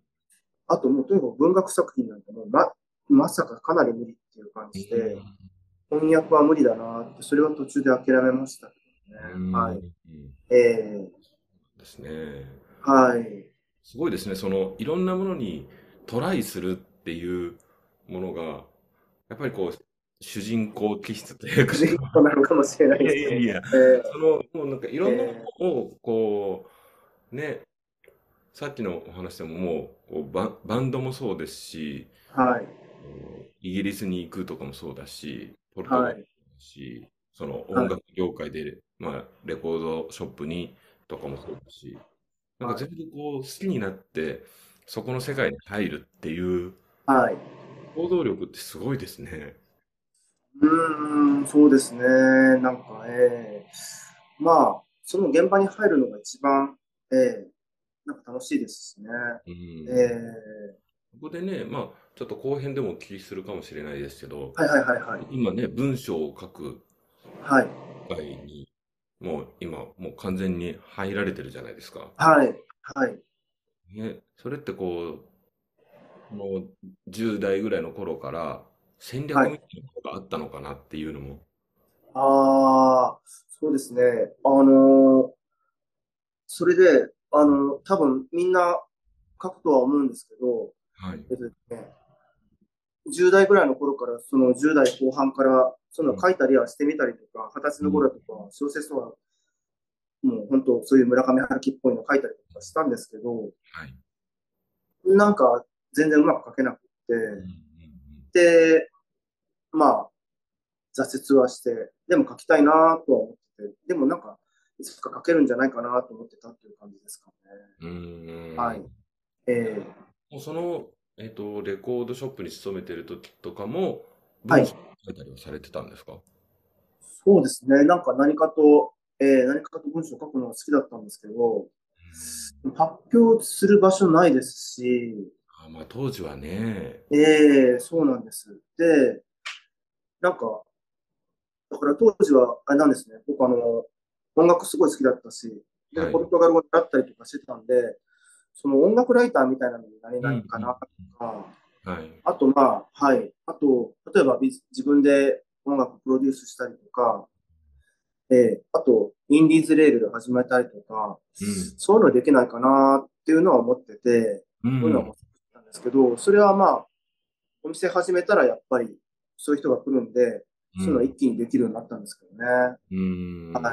[SPEAKER 3] あともうとにかく文学作品なんてまさかかなり無理っていう感
[SPEAKER 2] う
[SPEAKER 3] じで、
[SPEAKER 2] ん。
[SPEAKER 3] 翻訳は無理だなって、それは途中で諦めましたけどね。
[SPEAKER 2] うん。
[SPEAKER 3] はい。
[SPEAKER 2] うん。
[SPEAKER 3] え
[SPEAKER 2] ですね。
[SPEAKER 3] はい。
[SPEAKER 2] すごいですね。その、いろんなものにトライするっていうものが、やっぱり主人公気質というか、
[SPEAKER 3] 主人公なのかもしれない
[SPEAKER 2] いや
[SPEAKER 3] ですけど。
[SPEAKER 2] いやいや、もうなんかいろんなも
[SPEAKER 3] え
[SPEAKER 2] のを、ね、さっきのお話でももう、バンドもそうですし、
[SPEAKER 3] はい。
[SPEAKER 2] イギリスに行くとかもそうだし、ポルトガルも
[SPEAKER 3] はい。
[SPEAKER 2] そうだし、その音
[SPEAKER 3] はい。
[SPEAKER 2] 楽業界で、レコードショップにとかもそうだし、なんか
[SPEAKER 3] はい。
[SPEAKER 2] 全部好きになって、そこの世界に入るっていう
[SPEAKER 3] はい。
[SPEAKER 2] 行動力ってすごいですね。
[SPEAKER 3] そうですね。その現場に入るのが一番、え楽しいですしね。
[SPEAKER 2] う
[SPEAKER 3] え
[SPEAKER 2] ん。
[SPEAKER 3] ー、
[SPEAKER 2] ここでね、ちょっと後編でもお聞きするかもしれないですけど、
[SPEAKER 3] はいはいはいはい。
[SPEAKER 2] 今ね、文章を書く
[SPEAKER 3] はい。
[SPEAKER 2] 世界に、もう今、もう完全に入られてるじゃないですか。
[SPEAKER 3] はい。はい。
[SPEAKER 2] ね、それってもう10代ぐらいの頃から戦
[SPEAKER 3] はい。
[SPEAKER 2] 略みたいなことがあったのかなっていうのも。
[SPEAKER 3] そうですね。あのそれで、多分みんな書くとは思うんですけど、
[SPEAKER 2] はい。
[SPEAKER 3] えっとですね、10代ぐらいの頃から、その10代後半から、その
[SPEAKER 2] うん。
[SPEAKER 3] 書いたりはしてみたりとか、20歳
[SPEAKER 2] うん。
[SPEAKER 3] の頃とか、小説は本当そういう村上春樹っぽいの書いたりとかしたんですけど、
[SPEAKER 2] はい。
[SPEAKER 3] なんか全然うまく書けなくて、
[SPEAKER 2] うん
[SPEAKER 3] で、まあ、挫折はして、でも書きたいなとは思ってて、でもなんか、いつか書けるんじゃないかなと思ってたっていう感じですかね。
[SPEAKER 2] うんうん。
[SPEAKER 3] はい。えー
[SPEAKER 2] もうその、レコードショップに勤めてる時とかも、
[SPEAKER 3] はい。
[SPEAKER 2] 文章書いたりはされてたんですか？
[SPEAKER 3] そうですね。なんか何かと文章を書くのが好きだったんですけど、発表する場所ないですし、
[SPEAKER 2] まあ当時はね。
[SPEAKER 3] そうなんです。で、なんか、だから当時は、あれなんですね。僕音楽すごい好きだったし、で、
[SPEAKER 2] はい。
[SPEAKER 3] ポルトガル語だったりとかしてたんで、その音楽ライターみたいなのになれ
[SPEAKER 2] うんうん。
[SPEAKER 3] ないかなとか、
[SPEAKER 2] はい。
[SPEAKER 3] あとまあ、はい。あと、例えば自分で音楽プロデュースしたりとか、あと、インディーズレールで始めたりとか、
[SPEAKER 2] うん。
[SPEAKER 3] そういうのできないかなっていうのは思ってて、そういうのは
[SPEAKER 2] うん。
[SPEAKER 3] 思ってたんですけど、それはまあ、お店始めたらやっぱりそういう人が来るんで、
[SPEAKER 2] うん。
[SPEAKER 3] そういうのは一気にできるようになったんですけどね。
[SPEAKER 2] うん。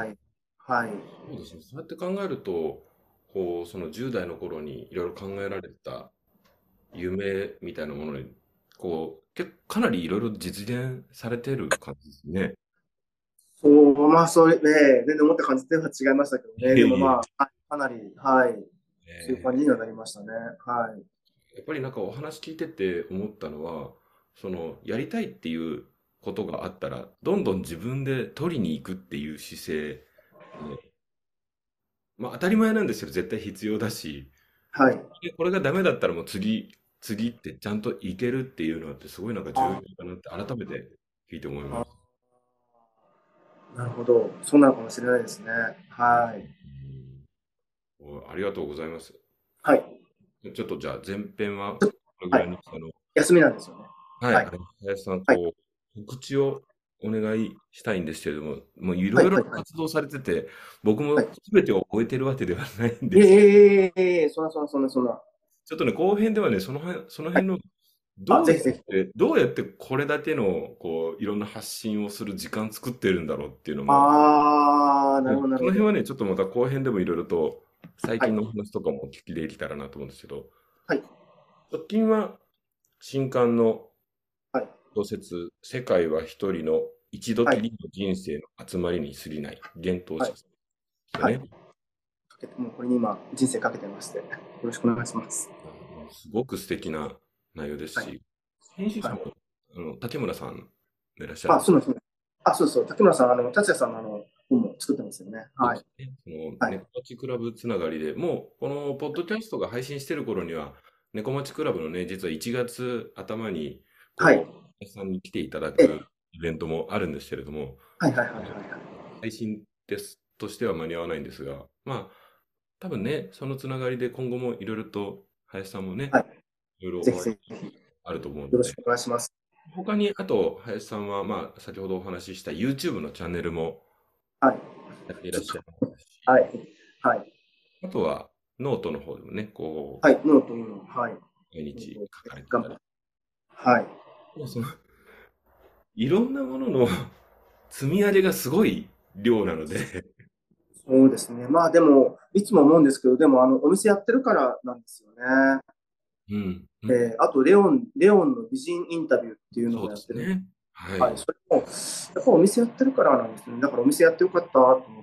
[SPEAKER 3] はい。はい。
[SPEAKER 2] そうですね。そうやって考えると、こう、その10代の頃にいろいろ考えられた夢みたいなものに、こう、かなりいろいろ実現されてる感じですね。
[SPEAKER 3] そう、まあ、それね、全然思った感じでは違いましたけどね。
[SPEAKER 2] いえいえ。
[SPEAKER 3] でもまあ、はいかなり、はい。そういう感じに
[SPEAKER 2] え
[SPEAKER 3] はなりましたね。はい。
[SPEAKER 2] やっぱりなんかお話聞いてて思ったのは、その、やりたいっていうことがあったら、どんどん自分で取りに行くっていう姿勢、ね、まあ当たり前なんですよ。絶対必要だし、
[SPEAKER 3] はい。
[SPEAKER 2] で、これがダメだったらもう次ってちゃんといけるっていうのってすごいなんか重要
[SPEAKER 3] あ、
[SPEAKER 2] だなって改めて聞いて思いま
[SPEAKER 3] あ、
[SPEAKER 2] す。
[SPEAKER 3] なるほど。そうなのかもしれないですね。はい。
[SPEAKER 2] ありがとうございます。
[SPEAKER 3] はい。
[SPEAKER 2] ちょっとじゃあ前編はこれぐ
[SPEAKER 3] はい。
[SPEAKER 2] らいにして、
[SPEAKER 3] 休みなんですよね。
[SPEAKER 2] はい、
[SPEAKER 3] はい。
[SPEAKER 2] 林さん、
[SPEAKER 3] はい。
[SPEAKER 2] こう、告知をお願いしたいんですけれども、もうい
[SPEAKER 3] はい。
[SPEAKER 2] ろいろ
[SPEAKER 3] はい。はい。
[SPEAKER 2] 活動されてて、僕も
[SPEAKER 3] はい。
[SPEAKER 2] 全てを終えてるわけではないん
[SPEAKER 3] え
[SPEAKER 2] ですけど、
[SPEAKER 3] そんな。
[SPEAKER 2] ちょっとね、後編ではね、その
[SPEAKER 3] はい。
[SPEAKER 2] 辺の、
[SPEAKER 3] あ、ぜひぜひ。
[SPEAKER 2] どうやってこれだけの、こう、いろんな発信をする時間作ってるんだろうっていうのも、
[SPEAKER 3] あー、なるほど、なるほど。
[SPEAKER 2] その辺はね、ちょっとまた後編でもいろいろと、最
[SPEAKER 3] はい。
[SPEAKER 2] 近のお話とかもお聞きできたらなと思うんですけど、
[SPEAKER 3] はい。
[SPEAKER 2] 直近は新刊の
[SPEAKER 3] はい。
[SPEAKER 2] 小説、世界は一人の一度
[SPEAKER 3] はい。
[SPEAKER 2] きりの人生の集まりに過ぎない、幻冬
[SPEAKER 3] はい。
[SPEAKER 2] 舎ですよ
[SPEAKER 3] はい。
[SPEAKER 2] ね。
[SPEAKER 3] もうこれに今、人生かけてまして、よろしくお願いします。
[SPEAKER 2] もうすごく素敵な内容です
[SPEAKER 3] はい。
[SPEAKER 2] し、編集
[SPEAKER 3] はい。
[SPEAKER 2] 者も竹村さんでいらっしゃるん
[SPEAKER 3] あ、
[SPEAKER 2] です。
[SPEAKER 3] そうですね。あ、そうそう。竹村さん、達也さんの本も作ってますよね。はい。
[SPEAKER 2] そうですね。その
[SPEAKER 3] はい。
[SPEAKER 2] 猫町クラブつながりで、もうこのポッドキャストが配信してる頃には、猫町クラブのね、実は1月頭に、
[SPEAKER 3] はい。
[SPEAKER 2] こう、皆さんに来ていただ
[SPEAKER 3] え、
[SPEAKER 2] くイベントもあるんですけれども、
[SPEAKER 3] はいはいはいはいはい。
[SPEAKER 2] 配信ですとしては間に合わないんですが、まあ、多分ね、そのつながりで今後もいろいろと、林さんもね、
[SPEAKER 3] はい。
[SPEAKER 2] いろいろ
[SPEAKER 3] ぜひ
[SPEAKER 2] お会い
[SPEAKER 3] ぜひ、
[SPEAKER 2] あると思うので、
[SPEAKER 3] よろしくお願いします。
[SPEAKER 2] 他に、あと、林さんは、まあ、先ほどお話しした YouTube のチャンネルも
[SPEAKER 3] はい。
[SPEAKER 2] やっていらっ
[SPEAKER 3] ちょっと、
[SPEAKER 2] しゃいますし、
[SPEAKER 3] はい。はい。
[SPEAKER 2] あとは、ノートの方でもね、こ
[SPEAKER 3] はい。ノートの、はい。
[SPEAKER 2] う、毎
[SPEAKER 3] ノート
[SPEAKER 2] 日書かれてたり、
[SPEAKER 3] 頑張って。はい。
[SPEAKER 2] もうその、いろんなものの積み上げがすごい量なので、
[SPEAKER 3] そうですね。まあでも、いつも思うんですけど、でもお店やってるからなんですよね。
[SPEAKER 2] うん、うん、
[SPEAKER 3] あと、レオンの美人インタビューっていうの
[SPEAKER 2] そう
[SPEAKER 3] もやってる。
[SPEAKER 2] ですね。は
[SPEAKER 3] はい。
[SPEAKER 2] い。
[SPEAKER 3] それも、やっぱお店やってるからなんですね。だからお店やってよかったと思って。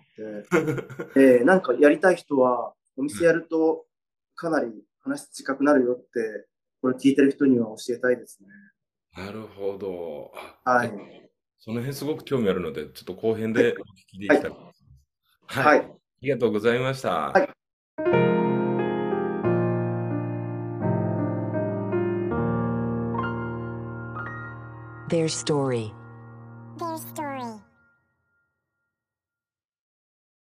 [SPEAKER 3] なんかやりたい人は、お店やるとかなり話近くなるよって、これ聞いてる人には教えたいですね。
[SPEAKER 2] なるほど。じゃあ、
[SPEAKER 3] はい。
[SPEAKER 2] その辺すごく興味あるので、ちょっと後編
[SPEAKER 3] はい。
[SPEAKER 2] でお聞きで
[SPEAKER 3] はい。
[SPEAKER 2] きたら。はい。あ
[SPEAKER 3] はい。
[SPEAKER 2] りがとうございました。
[SPEAKER 3] はい。
[SPEAKER 1] Their story.